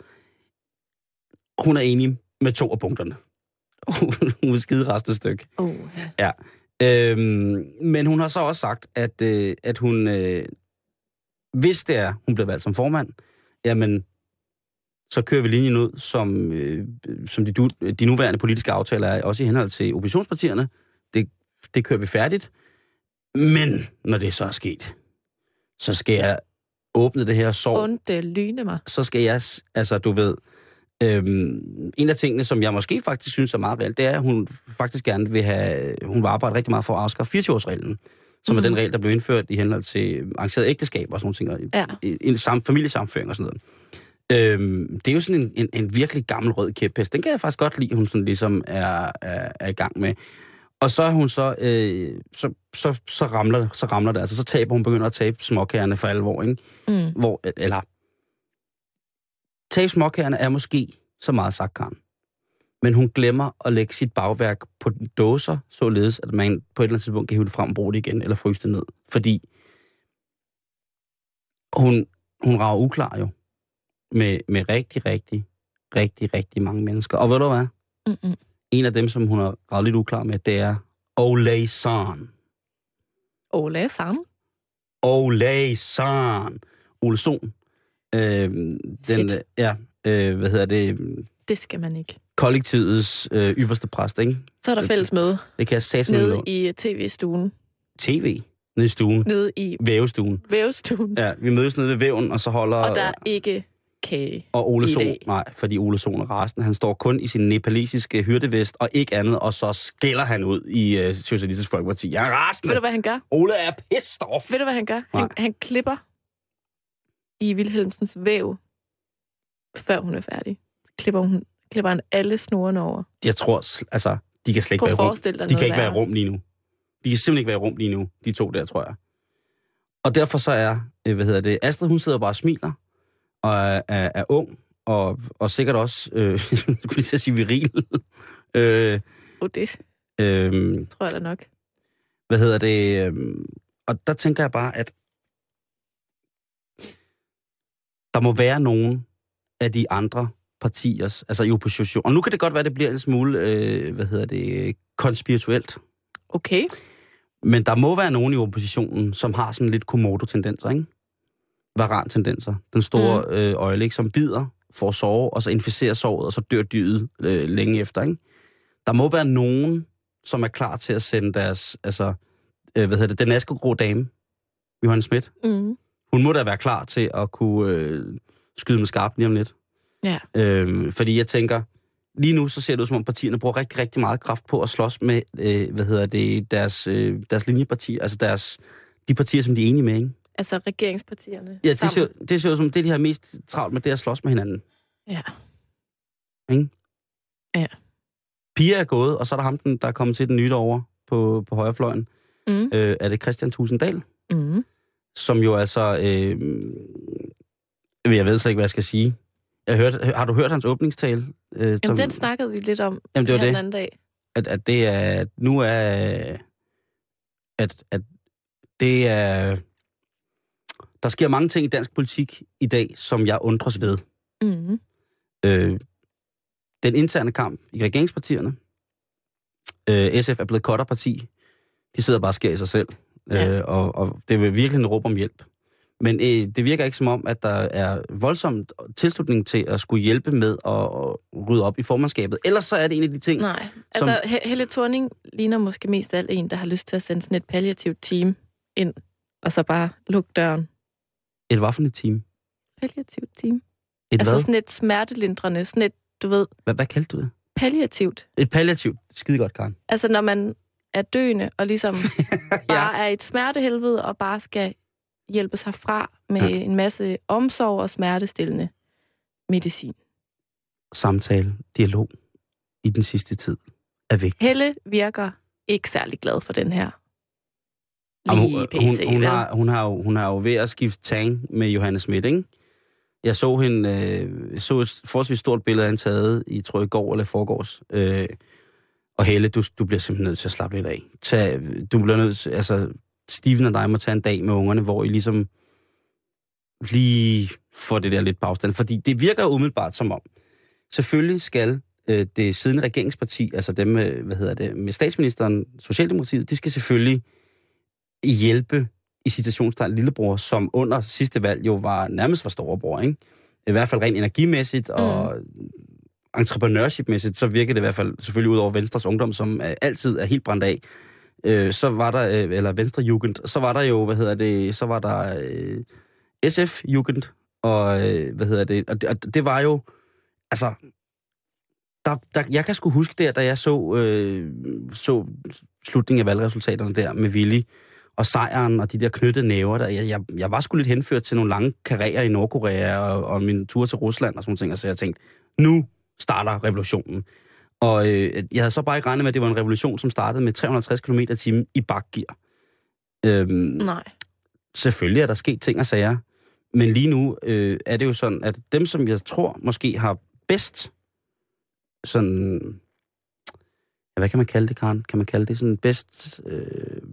hun er enig med to af punkterne. Hun vil skide resten stykke. Oh. Ja. Øhm, men hun har så også sagt, at, øh, at hun, øh, hvis det er, hun bliver valgt som formand, jamen, så kører vi linjen ud, som, øh, som de, de nuværende politiske aftaler er, også i henhold til oppositionspartierne. Det, det kører vi færdigt. Men når det så er sket, så skal jeg åbne det her sår. Onde lyne mig. Så skal jeg, altså du ved... Øhm, en af tingene, som jeg måske faktisk synes er meget reelt, det er, at hun faktisk gerne vil have, hun vil arbejde rigtig meget for at afskaffe fireogtyve-årsreglen, som mm. er den regel, der blev indført i henhold til arrangeret ægteskab og sådan nogle ting, ja. en sam, familiesamføring og sådan noget. Øhm, det er jo sådan en, en, en virkelig gammel rød kæphest. Den kan jeg faktisk godt lide, hun sådan ligesom er, er, er i gang med. Og så er hun så, øh, så, så, så, ramler, så ramler det, altså så taber hun, begynder at tabe småkagerne for alvor, ikke? Mm. Hvor, eller... Tabe småkagerne er måske så meget sagt, Karen. Men hun glemmer at lægge sit bagværk på dåser, således at man på et eller andet tidspunkt kan hive det frem og bruge det igen, eller fryse det ned. Fordi hun, hun rager uklar jo med, med rigtig, rigtig, rigtig, rigtig mange mennesker. Og ved du hvad? Mm-mm. En af dem, som hun har raget lidt uklar med, det er Ole Sohn. Ole Sohn? Ole Sohn. Ole Sohn. Øh, den, Shit. ja, øh, hvad hedder det? Det skal man ikke. Kollektivets øh, ypperste præst, ikke? Så er der fælles møde Det kan jeg sige nede noget. i tv-stuen. T V? Nede i stuen. Nede i Vævestuen. vævestuen. Ja, vi mødes nede ved væven, og så holder... Og der er ikke kage Og Ole i Sohn, dag. nej, fordi Ole Sohn er rasende. Han står kun i sin nepalesiske hyrdevest og ikke andet, og så skælder han ud i uh, Socialistisk Folkeparti. Jeg er rasende! Ved du, hvad han gør? Ole er pissed off! Ved du, hvad han gør? Han, han klipper i Vilhelmsens væv, før hun er færdig. Klipper, hun, klipper han alle snorene over. Jeg tror, altså, de kan slet ikke Prøv være at i rum. forestille dig De kan noget ikke være i værre. rum lige nu. De kan simpelthen ikke være i rum lige nu, de to der, tror jeg. Og derfor så er, øh, hvad hedder det, Astrid, hun sidder bare og smiler, og er, er, er ung, og, og sikkert også, øh, skulle lige til at sige viril. øh, Oh, det øh, tror jeg da nok. hvad hedder det, øh, og der tænker jeg bare, at der må være nogen af de andre partiers, altså i opposition, og nu kan det godt være, at det bliver en smule, øh, hvad hedder det, konspirituelt, Okay. men der må være nogen i oppositionen, som har sådan lidt komodo-tendenser, ikke? Varan-tendenser. Den store mm. øh, øjle, ikke? Som bider, får sove, og så inficerer såret, og så dør dyret øh, længe efter, ikke? Der må være nogen, som er klar til at sende deres, altså, øh, hvad hedder det, den askegrå dame, Johanne Schmidt. Mm. Hun må da være klar til at kunne øh, skyde med skarpt lige om lidt. Ja. Øh, fordi jeg tænker, lige nu så ser det ud som om partierne bruger rigtig, rigtig meget kraft på at slås med, øh, hvad hedder det, deres, øh, deres linjepartier, altså deres, de partier, som de er enige med, ikke? Altså regeringspartierne. Ja, det ser, sammen. det ser ud som, det de har mest travlt med, det er at slås med hinanden. Ja. Ikke? Ja. Pia er gået, og så er der ham, den, der er kommet til den nye derovre på, på højrefløjen. Mm. Øh, er det Christian Tusinddal, Mm. som jo altså, øh, jeg ved slet ikke, hvad jeg skal sige. Jeg hørte, har du hørt hans åbningstale? Øh, Jamen, som, den snakkede vi lidt om Jamen, det var her det. den anden dag. at, at det er, at nu er, at, at det er, der sker mange ting i dansk politik i dag, som jeg undres ved. Mm. Øh, den interne kamp i regeringspartierne. Øh, S F er blevet kotterparti. De sidder bare og skærer i sig selv. Ja. Øh, og, og det er virkelig en råb om hjælp. Men øh, det virker ikke som om, at der er voldsom tilslutning til at skulle hjælpe med at, at rydde op i formandskabet. Ellers så er det en af de ting... Nej, altså He- Helle Thorning ligner måske mest af alt en, der har lyst til at sende sådan et palliativt team ind, og så bare lukke døren. Et hvad for et team? Palliativt team? Et Altså hvad? sådan et smertelindrende, sådan et, du ved, Hvad, hvad kaldte du det? palliativt. Et palliativt. Skide godt, Karen. Altså når man er døende, og ligesom bare er et smertehelvede, og bare skal hjælpe sig fra med Ja. ja. en masse omsorg og smertestillende medicin. Samtale, dialog i den sidste tid er vigtigt. Helle virker ikke særlig glad for den her. Jamen, Lige hun, pt, hun, hun, vel? har, hun, har jo, hun har jo ved at skifte tang med Johanne Schmidt, ikke? Jeg så hende, øh, så et forholdsvis stort billede af hende taget i, tror jeg, i går eller forgårs. Øh, og Helle, du, du bliver simpelthen nødt til at slappe lidt af. Tag, du bliver nødt til, altså, Steven og dig må tage en dag med ungerne, hvor I ligesom lige får det der lidt på afstand. Fordi det virker umiddelbart som om, selvfølgelig skal øh, det siddende regeringsparti, altså dem med, hvad hedder det, med statsministeren, Socialdemokratiet, de skal selvfølgelig hjælpe i citationstegn lillebror, som under sidste valg jo var nærmest var storebror, ikke? I hvert fald rent energimæssigt og mm. entreprenørshipmæssigt, så virker det i hvert fald selvfølgelig ud over Venstres Ungdom, som øh, altid er helt brændt af. Øh, så var der, øh, eller Venstre Jugend, så var der jo, hvad hedder det, så var der øh, S F Jugend, og øh, hvad hedder det, og det, og det var jo, altså, der, der, jeg kan sgu huske der, da jeg så, øh, så slutningen af valgresultaterne der med Willy, og sejren og de der knyttede næver, der, jeg, jeg, jeg var sgu lidt henført til nogle lange karrierer i Nordkorea og, og min tur til Rusland og sådan ting, og så jeg tænkte, nu starter revolutionen. Og øh, jeg havde så bare ikke regnet med, at det var en revolution, som startede med tre hundrede og halvtreds kilometer i timen i bakgear. Øhm, Nej. Selvfølgelig er der sket ting og sager, men lige nu øh, er det jo sådan, at dem, som jeg tror måske har bedst sådan... Ja, hvad kan man kalde det, Karen? Kan man kalde det sådan bedst... Øh,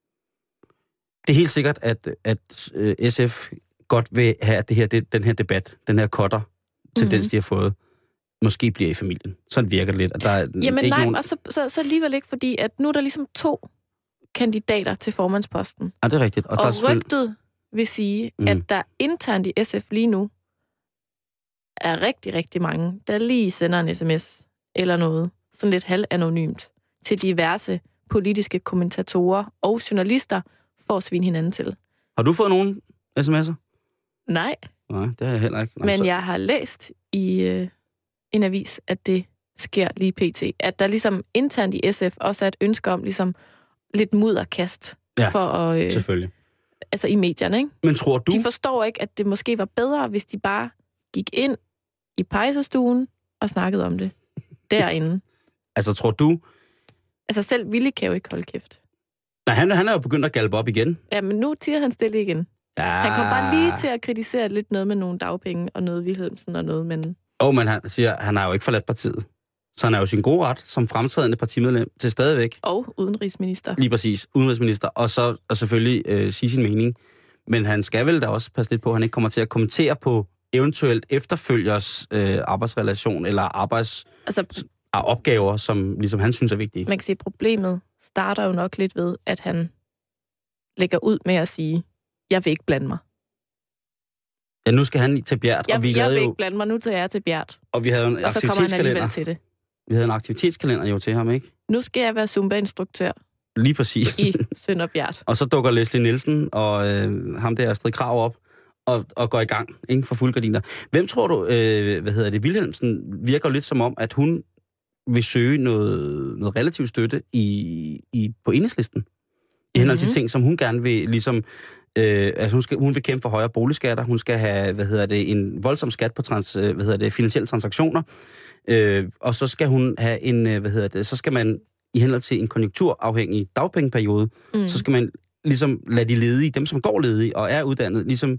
det er helt sikkert, at, at øh, S F godt vil have, at det her, det, den her debat, den her cutter tendens, mm-hmm. de har fået, måske bliver i familien. Sådan virker det lidt. At der er Jamen ikke nej, nogen... og så, så, så alligevel ikke, fordi at nu er der ligesom to kandidater til formandsposten. Ja, det er rigtigt. Og, Og, der er og selvfølgelig... rygtet vil sige, Mm. mm. at der internt i S F lige nu er rigtig, rigtig mange, der lige sender en sms eller noget, sådan lidt halvanonymt, til diverse politiske kommentatorer og journalister for at svine hinanden til. Har du fået nogen sms'er? Nej. Nej, det har jeg heller ikke. Nå, Men så... jeg har læst i øh, en avis, at det sker lige pt. At der ligesom internt i S F også er et ønske om ligesom lidt mudderkast. Ja, for at, øh, selvfølgelig. Altså i medierne, ikke? Men tror du... De forstår ikke, at det måske var bedre, hvis de bare gik ind i pejsestuen og snakkede om det derinde. Altså, tror du... Altså selv Willy kan jo ikke holde kæft. Nej, han, han er jo begyndt at galpe op igen. Ja, men nu tiger han stille igen. Ja. Han kom bare lige til at kritisere lidt noget med nogle dagpenge og noget Wilhelmsen og noget, men... Åh, oh, men han siger, han har jo ikke forladt partiet. Så han er jo sin gode ret som fremtrædende partimedlem til stadigvæk. Og udenrigsminister. Lige præcis, udenrigsminister. Og så og selvfølgelig øh, sige sin mening. Men han skal vel da også passe lidt på, at han ikke kommer til at kommentere på eventuelt efterfølgers øh, arbejdsrelation eller arbejds... Altså, opgaver, som ligesom han synes er vigtige. Man kan sige, at problemet starter jo nok lidt ved, at han lægger ud med at sige, jeg vil ikke blande mig. Ja, nu skal han til Bjert. Jeg, og vi jeg vil jo, ikke blande mig, nu tager jeg til Bjert. Og vi havde en og så kommer han alligevel aktivitetskalender. til det. Vi havde en aktivitetskalender jo til ham, ikke? Nu skal jeg være Zumba-instruktør Lige præcis. i Sønder Bjert. Og så dukker Leslie Nielsen og øh, ham der Astrid Krag op og, og går i gang, ikke? For fuld gardiner. Hvem tror du, øh, hvad hedder det, Wilhelmsen virker lidt som om, at hun vil søge noget, noget relativt støtte i, i, på Enhedslisten. I henhold til Mhm. ting, som hun gerne vil, ligesom... Øh, altså hun, skal, hun vil kæmpe for højere boligskatter. Hun skal have, hvad hedder det, en voldsom skat på trans, hvad hedder det, finansielle transaktioner. Øh, og så skal hun have en, hvad hedder det, så skal man i henhold til en konjunkturafhængig dagpengeperiode, Mm. så skal man ligesom lade de ledige, dem som går ledige og er uddannet, ligesom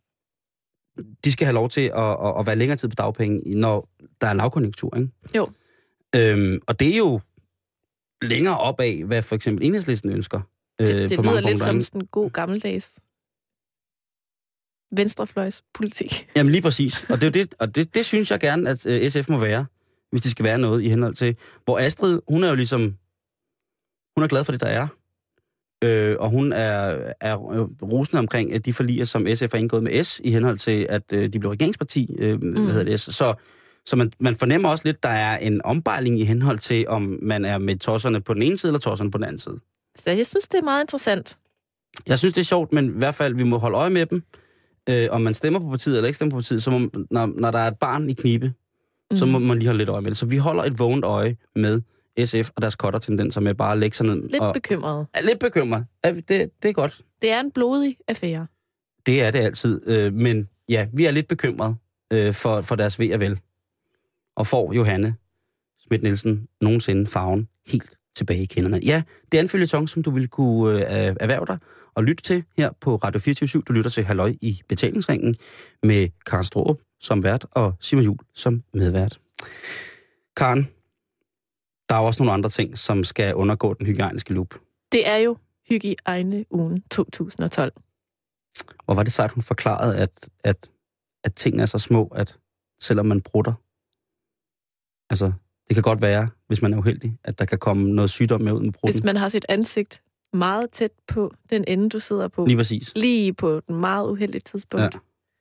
de skal have lov til at, at, at være længere tid på dagpenge, når der er lavkonjunktur, ikke? Jo. Øhm, og det er jo længere op af, hvad for eksempel Enhedslisten ønsker. Øh, Det, det på lyder mange lidt punkter, som ikke? sådan en god gammeldags venstrefløjspolitik. Jamen lige præcis. Og det, er jo det, og det, det synes jeg gerne, at øh, S F må være, hvis det skal være noget i henhold til. Hvor Astrid, hun er jo ligesom, hun er glad for det, der er. Øh, og hun er, er rosende omkring at de forliger, som S F har indgået med S, i henhold til, at øh, de blev regeringsparti, øh, mm. hvad hedder det, S. Så, så man, man fornemmer også lidt, der er en ombejling i henhold til, om man er med tosserne på den ene side, eller tosserne på den anden side. Så jeg synes, det er meget interessant. Jeg synes, det er sjovt, men i hvert fald, vi må holde øje med dem. Øh, om man stemmer på partiet eller ikke stemmer på partiet, så må, når, når der er et barn i knibe, mm. så må man lige holde lidt øje med det. Så vi holder et vågent øje med S F og deres cutter-tendenser med bare at lægge sig ned. Lidt og, bekymret. er lidt bekymret. Ja, det, det er godt. Det er en blodig affære. Det er det altid. Øh, men ja, vi er lidt bekymret øh, for, for deres ved og vel. Og får Johanne Schmidt Nielsen nogensinde farven helt tilbage i kinderne. Ja, det er en føljeton, som du vil kunne øh, erhverve dig og lytte til her på Radio fireogtyve syv. Du lytter til Halløj i betalingsringen med Karen Straarup som vært og Simon Juhl som medvært. Karen, der er også nogle andre ting, som skal undergå den hygiejniske lup. Det er jo hygiejne-ugen to tusind og tolv. Og var det sejt, hun forklarede, at, at, at tingene er så små, at selvom man brutter, altså det kan godt være, hvis man er uheldig, at der kan komme noget sygdom med ud med brutten. Hvis man har sit ansigt meget tæt på den ende, du sidder på. Lige præcis. Lige på den meget uheldige tidspunkt. Ja.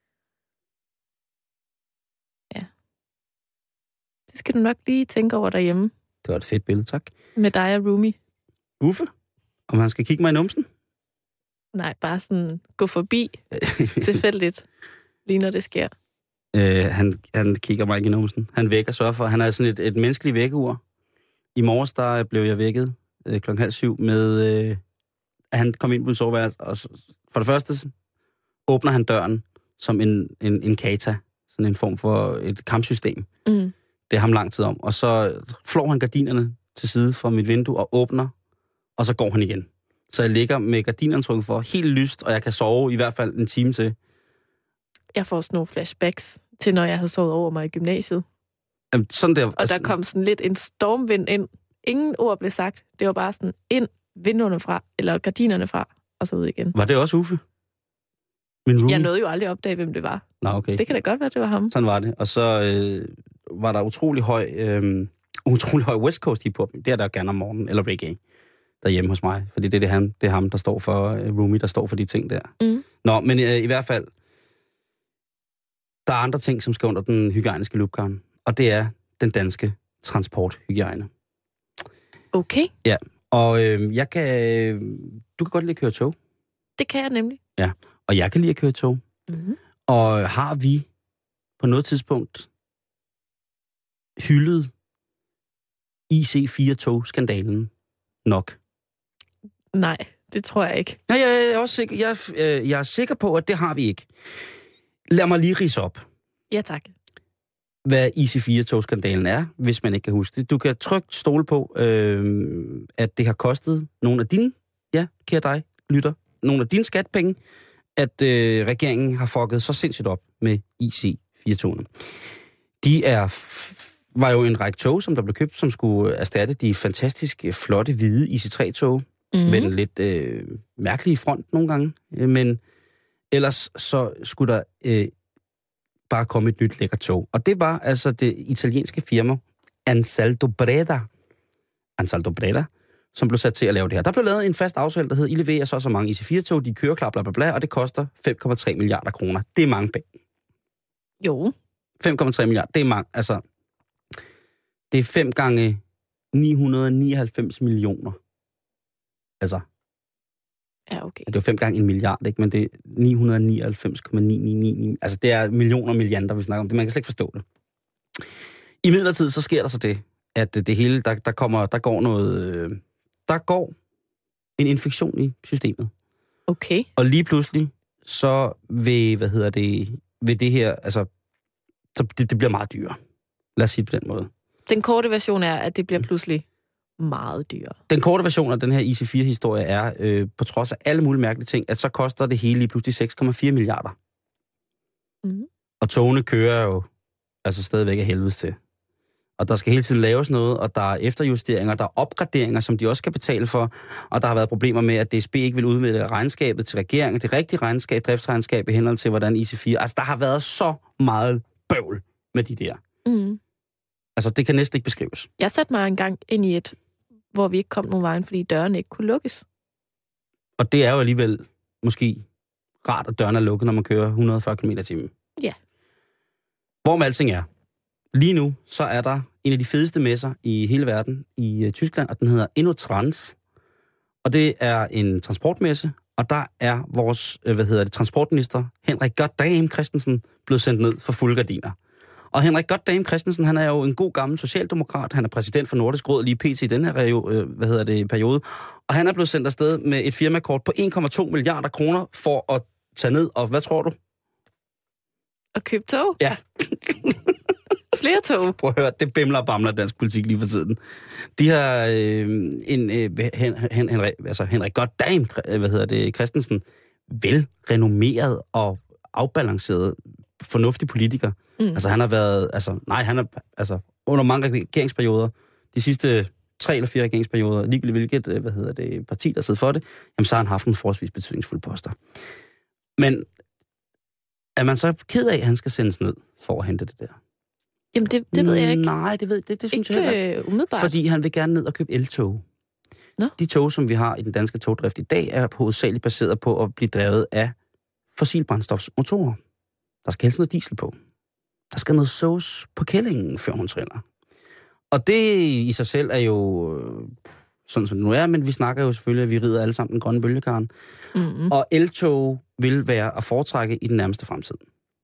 Ja. Det skal du nok lige tænke over derhjemme. Det var et fedt billede, tak. Med dig og Rumi. Uffe, om han skal kigge mig i numsen? Nej, bare sådan gå forbi tilfældigt, lige når det sker. øh, han, han kigger mig ikke i numsen. Han vækker og sørger for, han er sådan et, et menneskeligt vækkeur. I morges, der blev jeg vækket øh, klokken halv syv med, øh, at han kom ind på en soveværelse, og for det første åbner han døren som en, en, en kata, sådan en form for et kampsystem. Mm. Det er ham lang tid om. Og så flår han gardinerne til side fra mit vindue og åbner, og så går han igen. Så jeg ligger med gardinerne trukket for helt lyst, og jeg kan sove i hvert fald en time til. Jeg får sådan nogle flashbacks til, når jeg havde sovet over mig i gymnasiet. Jamen, sådan der, Og altså, der kom sådan lidt en stormvind ind. Ingen ord blev sagt. Det var bare sådan ind, vinduerne fra, eller gardinerne fra, og så ud igen. Var det også Uffe? Min roomie? Jeg nåede jo aldrig at opdage, hvem det var. Nå, okay. Det kan da godt være, det var ham. Sådan var det. Og så øh, var der utrolig høj, øh, utrolig høj West Coast hiphop. Det er der gerne om morgenen, eller reggae, derhjemme hos mig. Fordi det er, det ham, det er ham, der står for, øh, roomie, der står for de ting der. Mm. Nå, men øh, i hvert fald, Der er andre ting, som skal under den hygiejniske lup, Karen. Og det er den danske transporthygiejne. Okay. Ja, og øh, jeg kan... Du kan godt lide at køre tog. Det kan jeg nemlig. Ja, og jeg kan lide at køre tog. Mm-hmm. Og har vi på noget tidspunkt hyldet I C fire-tog-skandalen nok? Nej, det tror jeg ikke. Ja, jeg er også sikker, jeg, øh, jeg er sikker på, at det har vi ikke. Lad mig lige ridse op, Ja, tak. hvad I C fire-tog-skandalen er, hvis man ikke kan huske det. Du kan trygt stole på, øh, at det har kostet nogle af dine, ja, kære dig, lytter, nogle af dine skatpenge, at øh, regeringen har fucket så sindssygt op med I C fire-togene. De er, f- var jo en række tog, som der blev købt, som skulle erstatte de fantastisk flotte, hvide I C tre-tog, mm-hmm. med den lidt øh, mærkelige front nogle gange. Men ellers så skulle der øh, bare komme et nyt lækkert tog. Og det var altså det italienske firma Ansaldo Breda, Ansaldo Breda, som blev sat til at lave det her. Der blev lavet en fast aftale, der hed, I leverer så så mange I C fire-tog, de kører klar, bla bla bla, og det koster fem komma tre milliarder kroner. Det er mange penge. Jo. fem komma tre milliarder, det er mange, altså, det er fem gange ni hundrede nioghalvfems millioner. Altså, Ja, okay. det er fem gange en milliard, ikke? Men det er ni hundrede nioghalvfems komma ni ni ni ni. Altså, det er millioner og milliarder, vi snakker om det. Man kan slet ikke forstå det. I midlertid, så sker der så det, at det hele, der, der kommer, der går noget, øh, der går en infektion i systemet. Okay. Og lige pludselig, så vil, hvad hedder det, vil det her, altså, så det, det bliver meget dyrere. Lad os sige det på den måde. Den korte version er, at det bliver pludselig meget dyrere. Den korte version af den her I C fire-historie er, øh, på trods af alle mulige mærkelige ting, at så koster det hele lige pludselig seks komma fire milliarder. Mm. Og togene kører jo altså stadigvæk af helvedes til. Og der skal hele tiden laves noget, og der er efterjusteringer, der er opgraderinger, som de også skal betale for, og der har været problemer med, at D S B ikke vil udmelde regnskabet til regeringen, det rigtige regnskab, driftsregnskab i henhold til, hvordan I C fire... Altså, der har været så meget bøvl med de der. Mm. Altså, det kan næsten ikke beskrives. Jeg satte mig engang ind i et, hvor vi ikke kom nogen vejen, fordi dørene ikke kunne lukkes. Og det er jo alligevel måske rart, at dørene er lukket, når man kører et hundrede og fyrre kilometer i timen. Ja. Hvor med alting er. Lige nu, så er der en af de fedeste messer i hele verden i uh, Tyskland, og den hedder InnoTrans. Og det er en transportmesse, og der er vores, øh, hvad hedder det, transportminister, Henrik Goddam Christensen, blevet sendt ned for fulde gardiner. Og Henrik Goddam Christensen, han er jo en god gammel socialdemokrat. Han er præsident for Nordisk Råd lige pt. I den her øh, hvad hedder det, periode. Og han er blevet sendt afsted med et firmakort på en komma to milliarder kroner for at tage ned. Og hvad tror du? Og købe tog? Ja. Flere tog? Prøv at høre, det bimler og bamler dansk politik lige for tiden. De har øh, en, øh, hen, hen, Henrik, altså Henrik Goddam, hvad hedder det, Christensen, velrenommeret og afbalanceret, fornuftig politiker. Mm. Altså han har været, altså nej, han har, altså under mange regeringsperioder, de sidste tre eller fire regeringsperioder, ligegyldigt hvilket, hvad hedder det, parti, der sidder for det, jamen så har han haft en forholdsvis betydningsfuld poster. Men er man så ked af, at han skal sendes ned for at hente det der? Jamen det, det ved jeg ikke. Nej, det, ved, det, det synes ikke, jeg heller ikke. Umiddelbart. Fordi han vil gerne ned og købe eltog. Nå. De tog, som vi har i den danske togdrift i dag, er hovedsageligt baseret på at blive drevet af fossilbrændstofsmotorer. Der skal helst noget diesel på. Der skal noget sauce på kællingen, før hun triller. Og det i sig selv er jo sådan, som det nu er, men vi snakker jo selvfølgelig, at vi rider alle sammen den grønne bølgekarren. Mm-hmm. Og eltog vil være at foretrække i den nærmeste fremtid.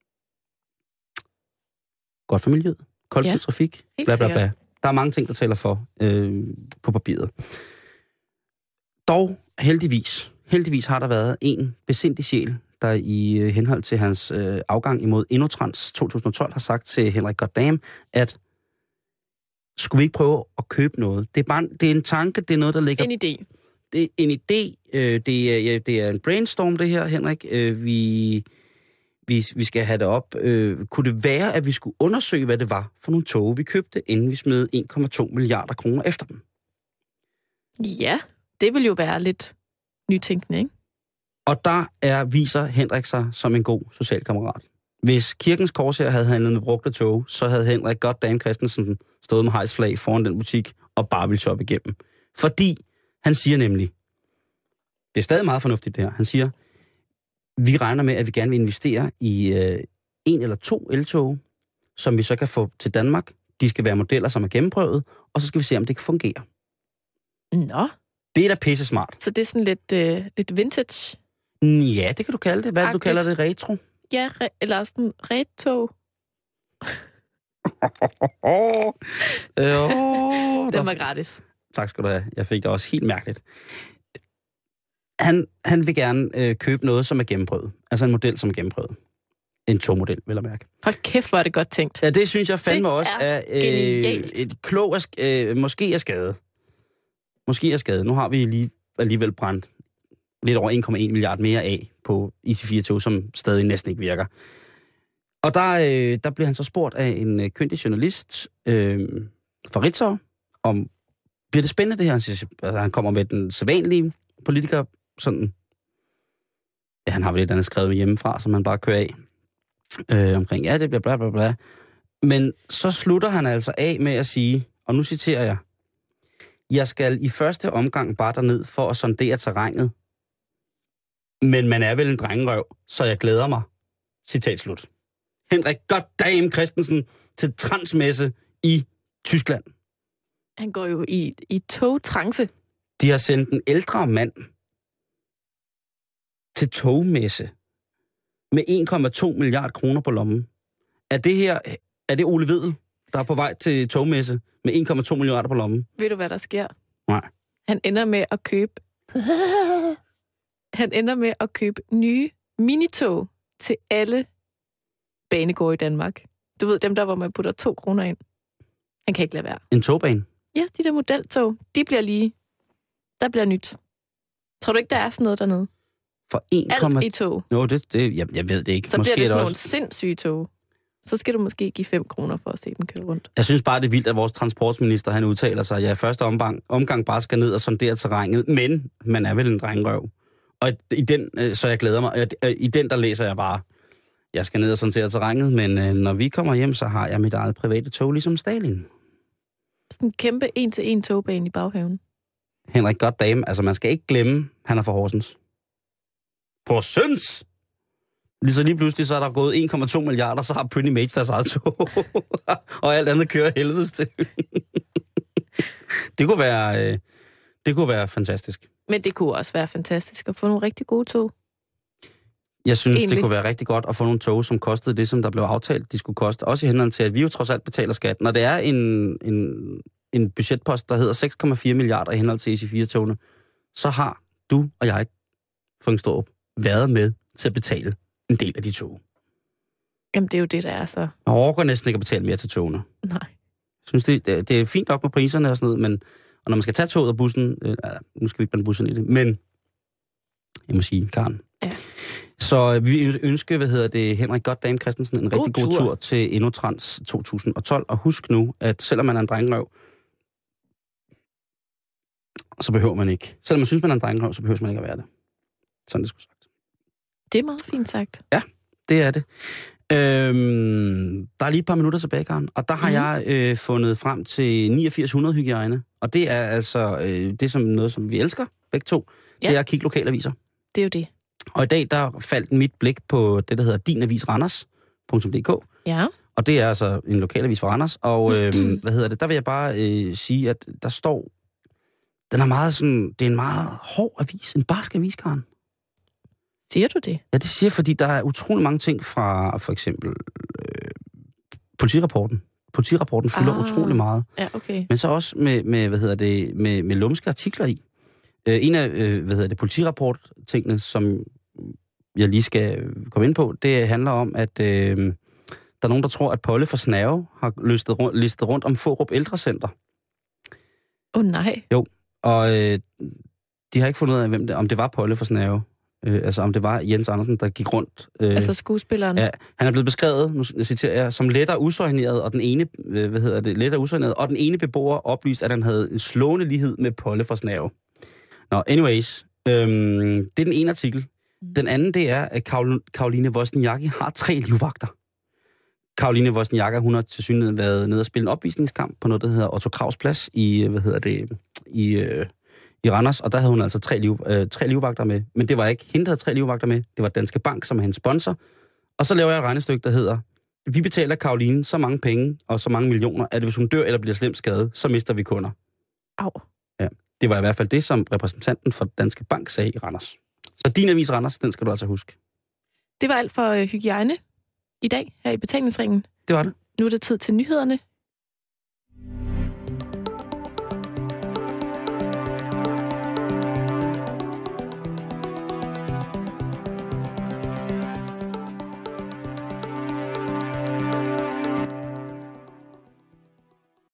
Godt for miljøet. Kollektiv ja, trafik. Bla, bla, bla. Der er mange ting, der taler for øh, på papiret. Dog, heldigvis, heldigvis har der været en besindig sjæl, der i øh, henhold til hans øh, afgang imod InnoTrans to tusind og tolv har sagt til Henrik Goddam, at skulle vi ikke prøve at købe noget? Det er, bare, det er en tanke, det er noget, der ligger... En idé. Det er en idé. Øh, det, er, ja, det er en brainstorm, det her, Henrik. Øh, vi... Vi, vi skal have det op. Øh, kunne det være, at vi skulle undersøge, hvad det var for nogle tog, vi købte, inden vi smed en komma to milliarder kroner efter dem? Ja, det vil jo være lidt nytænkende, ikke? Og der er, viser Henrik sig som en god socialkammerat. Hvis Kirkens Korshær havde handlet med brugte tog, så havde Henrik Goddam Christensen stået med hejsflag foran den butik og bare ville shoppe igennem. Fordi han siger nemlig, det er stadig meget fornuftigt det her, han siger, vi regner med, at vi gerne vil investere i, øh, en eller to eltog, som vi så kan få til Danmark. De skal være modeller, som er gennemprøvet, og så skal vi se, om det kan fungere. Nå. Det er da pisse smart. Så det er sådan lidt, øh, lidt vintage? Ja, det kan du kalde det. Hvad er det, du kalder det? Retro? Ja, re- eller sådan retog. oh, Den var gratis. Tak skal du have. Jeg fik det også helt mærkeligt. Han, han vil gerne øh, købe noget, som er gennemprøvet. Altså en model, som er gennemprøvet. En togmodel, vil jeg mærke. Hold kæft, hvor er det godt tænkt. Ja, det synes jeg fandme det også er, er øh, et klog af, øh, måske er skade. Måske er skade. Nu har vi lige, alligevel brændt lidt over en komma en milliard mere af på I C fire-tog, som stadig næsten ikke virker. Og der, øh, der blev han så spurgt af en øh, kyndig journalist øh, fra Ritzau, om bliver det spændende det her? Han, siger, altså, han kommer med den sædvanlige politiker, sådan, ja, han har vel et andet skrevet hjemmefra, som han bare kører af, øh, omkring, ja, det bliver bla bla bla. Men så slutter han altså af med at sige, og nu citerer jeg, jeg skal i første omgang bare derned for at sondere terrænet, men man er vel en drengerøv, så jeg glæder mig. Citat slut. Henrik Goddam Christensen til transmesse i Tyskland. Han går jo i, i togtrance. De har sendt en ældre mand til togmesse med en komma to milliard kroner på lommen. Er det her, er det Ole Vedel, der er på vej til togmesse med en komma to milliarder på lommen? Ved du, hvad der sker? Nej. Han ender med at købe... Han ender med at købe nye minitog til alle banegårde i Danmark. Du ved, dem der, hvor man putter to kroner ind. Han kan ikke lade være. En togbane? Ja, de der modeltog, de bliver lige... Der bliver nyt. Tror du ikke, der er sådan noget dernede? For en Alt i tog. Jo, det, det jeg, jeg ved det ikke. Så måske bliver det sådan også... nogle sindssyge tog. Så skal du måske give fem kroner for at se dem køre rundt. Jeg synes bare, det er vildt, at vores transportminister, han udtaler sig, at jeg i første omgang, omgang bare skal ned og sondere terrænet, men man er vel en drengerøv. Og i den, så jeg glæder mig, i den der læser jeg bare, jeg skal ned og sondere terrænet, men når vi kommer hjem, så har jeg mit eget private tog, ligesom Stalin. Sådan en kæmpe en-til-en togbane i baghaven. Henrik Goddam, altså man skal ikke glemme, han er fra Horsens. På Søns! Lige så lige pludselig, så er der gået en komma to milliarder, så har Pretty Mage deres eget tog. Og alt andet kører helvedes til. det, kunne være, det kunne være fantastisk. Men det kunne også være fantastisk at få nogle rigtig gode tog. Jeg synes, Egentlig. det kunne være rigtig godt at få nogle tog, som kostede det, som der blev aftalt, de skulle koste. Også i henhold til, at vi jo trods alt betaler skat. Når det er en, en, en budgetpost, der hedder seks komma fire milliarder i henhold til I C fire-togene, så har du og jeg, Frank Staarup, været med til at betale en del af de tog. Jamen, det er jo det, der er så... Jeg overgår næsten ikke at betale mere til togene. Nej. Jeg synes, det, det, det er fint nok med priserne og sådan noget, men og når man skal tage toget og bussen... Øh, nu skal vi ikke blande bussen i det, men... Jeg må sige, Karen. Ja. Så vi ønsker, hvad hedder det, Henrik Goddam Christensen, en god rigtig god tur, tur til Innotrans to tusind og tolv. Og husk nu, at selvom man er en drengerøv, så behøver man ikke. Selvom man synes, man er en drengerøv, så behøver man ikke at være det. Sådan det skulle sagt. Det er meget fint sagt. Ja, det er det. Øhm, der er lige et par minutter tilbage, Karen, og der har mm. jeg øh, fundet frem til niogfirs hundrede hygiejne. Og det er altså øh, det som noget, som vi elsker, begge to. Ja. Det er at kigge lokalaviser. Det er jo det. Og i dag, der faldt mit blik på det, der hedder din avis Randers punktum d k. Ja. Og det er altså en lokalavis for Randers. Og øh, hvad hedder det? Der vil jeg bare øh, sige, at der står... Den er meget sådan... Det er en meget hård avis. En barsk avis, Karen. Siger du det? Ja, det siger jeg, fordi der er utrolig mange ting fra for eksempel øh, politirapporten. Politirapporten fylder ah, utrolig meget. Ja, okay. Men så også med, med hvad hedder det, med, med lumske artikler i. Øh, en af, øh, hvad hedder det, politirapport-tingene, som jeg lige skal komme ind på, det handler om, at øh, der er nogen, der tror, at Polle fra Snave har listet rundt, listet rundt om Fårup Ældrecenter. Åh oh, nej. Jo, og øh, de har ikke fundet ud af, hvem det, om det var Polle fra Snave. Øh, altså om det var Jens Andersen, der gik rundt. Øh, altså skuespilleren? Ja, han er blevet beskrevet, nu citerer jeg, som let og usøjneret, og den ene, øh, hvad hedder det, let og usøjeret, og den ene beboer oplyste, at han havde en slående lighed med Polle fra Snave. Nå, anyways, øhm, det er den ene artikel. Mm. Den anden, det er, at Karoline Wozniacki har tre livvagter. Karoline Wozniacki, hun har til synligheden været nede og spille en opvisningskamp på noget, der hedder Otto Kraus Plads i, hvad hedder det, i... Øh, i Randers, og der havde hun altså tre, liv, øh, tre livvagter med. Men det var ikke hende, der havde tre livvagter med. Det var Danske Bank, som er hendes sponsor. Og så laver jeg et regnestykke, der hedder, vi betaler Karoline så mange penge og så mange millioner, at hvis hun dør eller bliver slemt skadet, så mister vi kunder. Au. Ja, det var i hvert fald det, som repræsentanten for Danske Bank sagde i Randers. Så din avis Randers, den skal du altså huske. Det var alt for øh, hygiejne i dag her i betalingsringen. Det var det. Nu er det tid til nyhederne.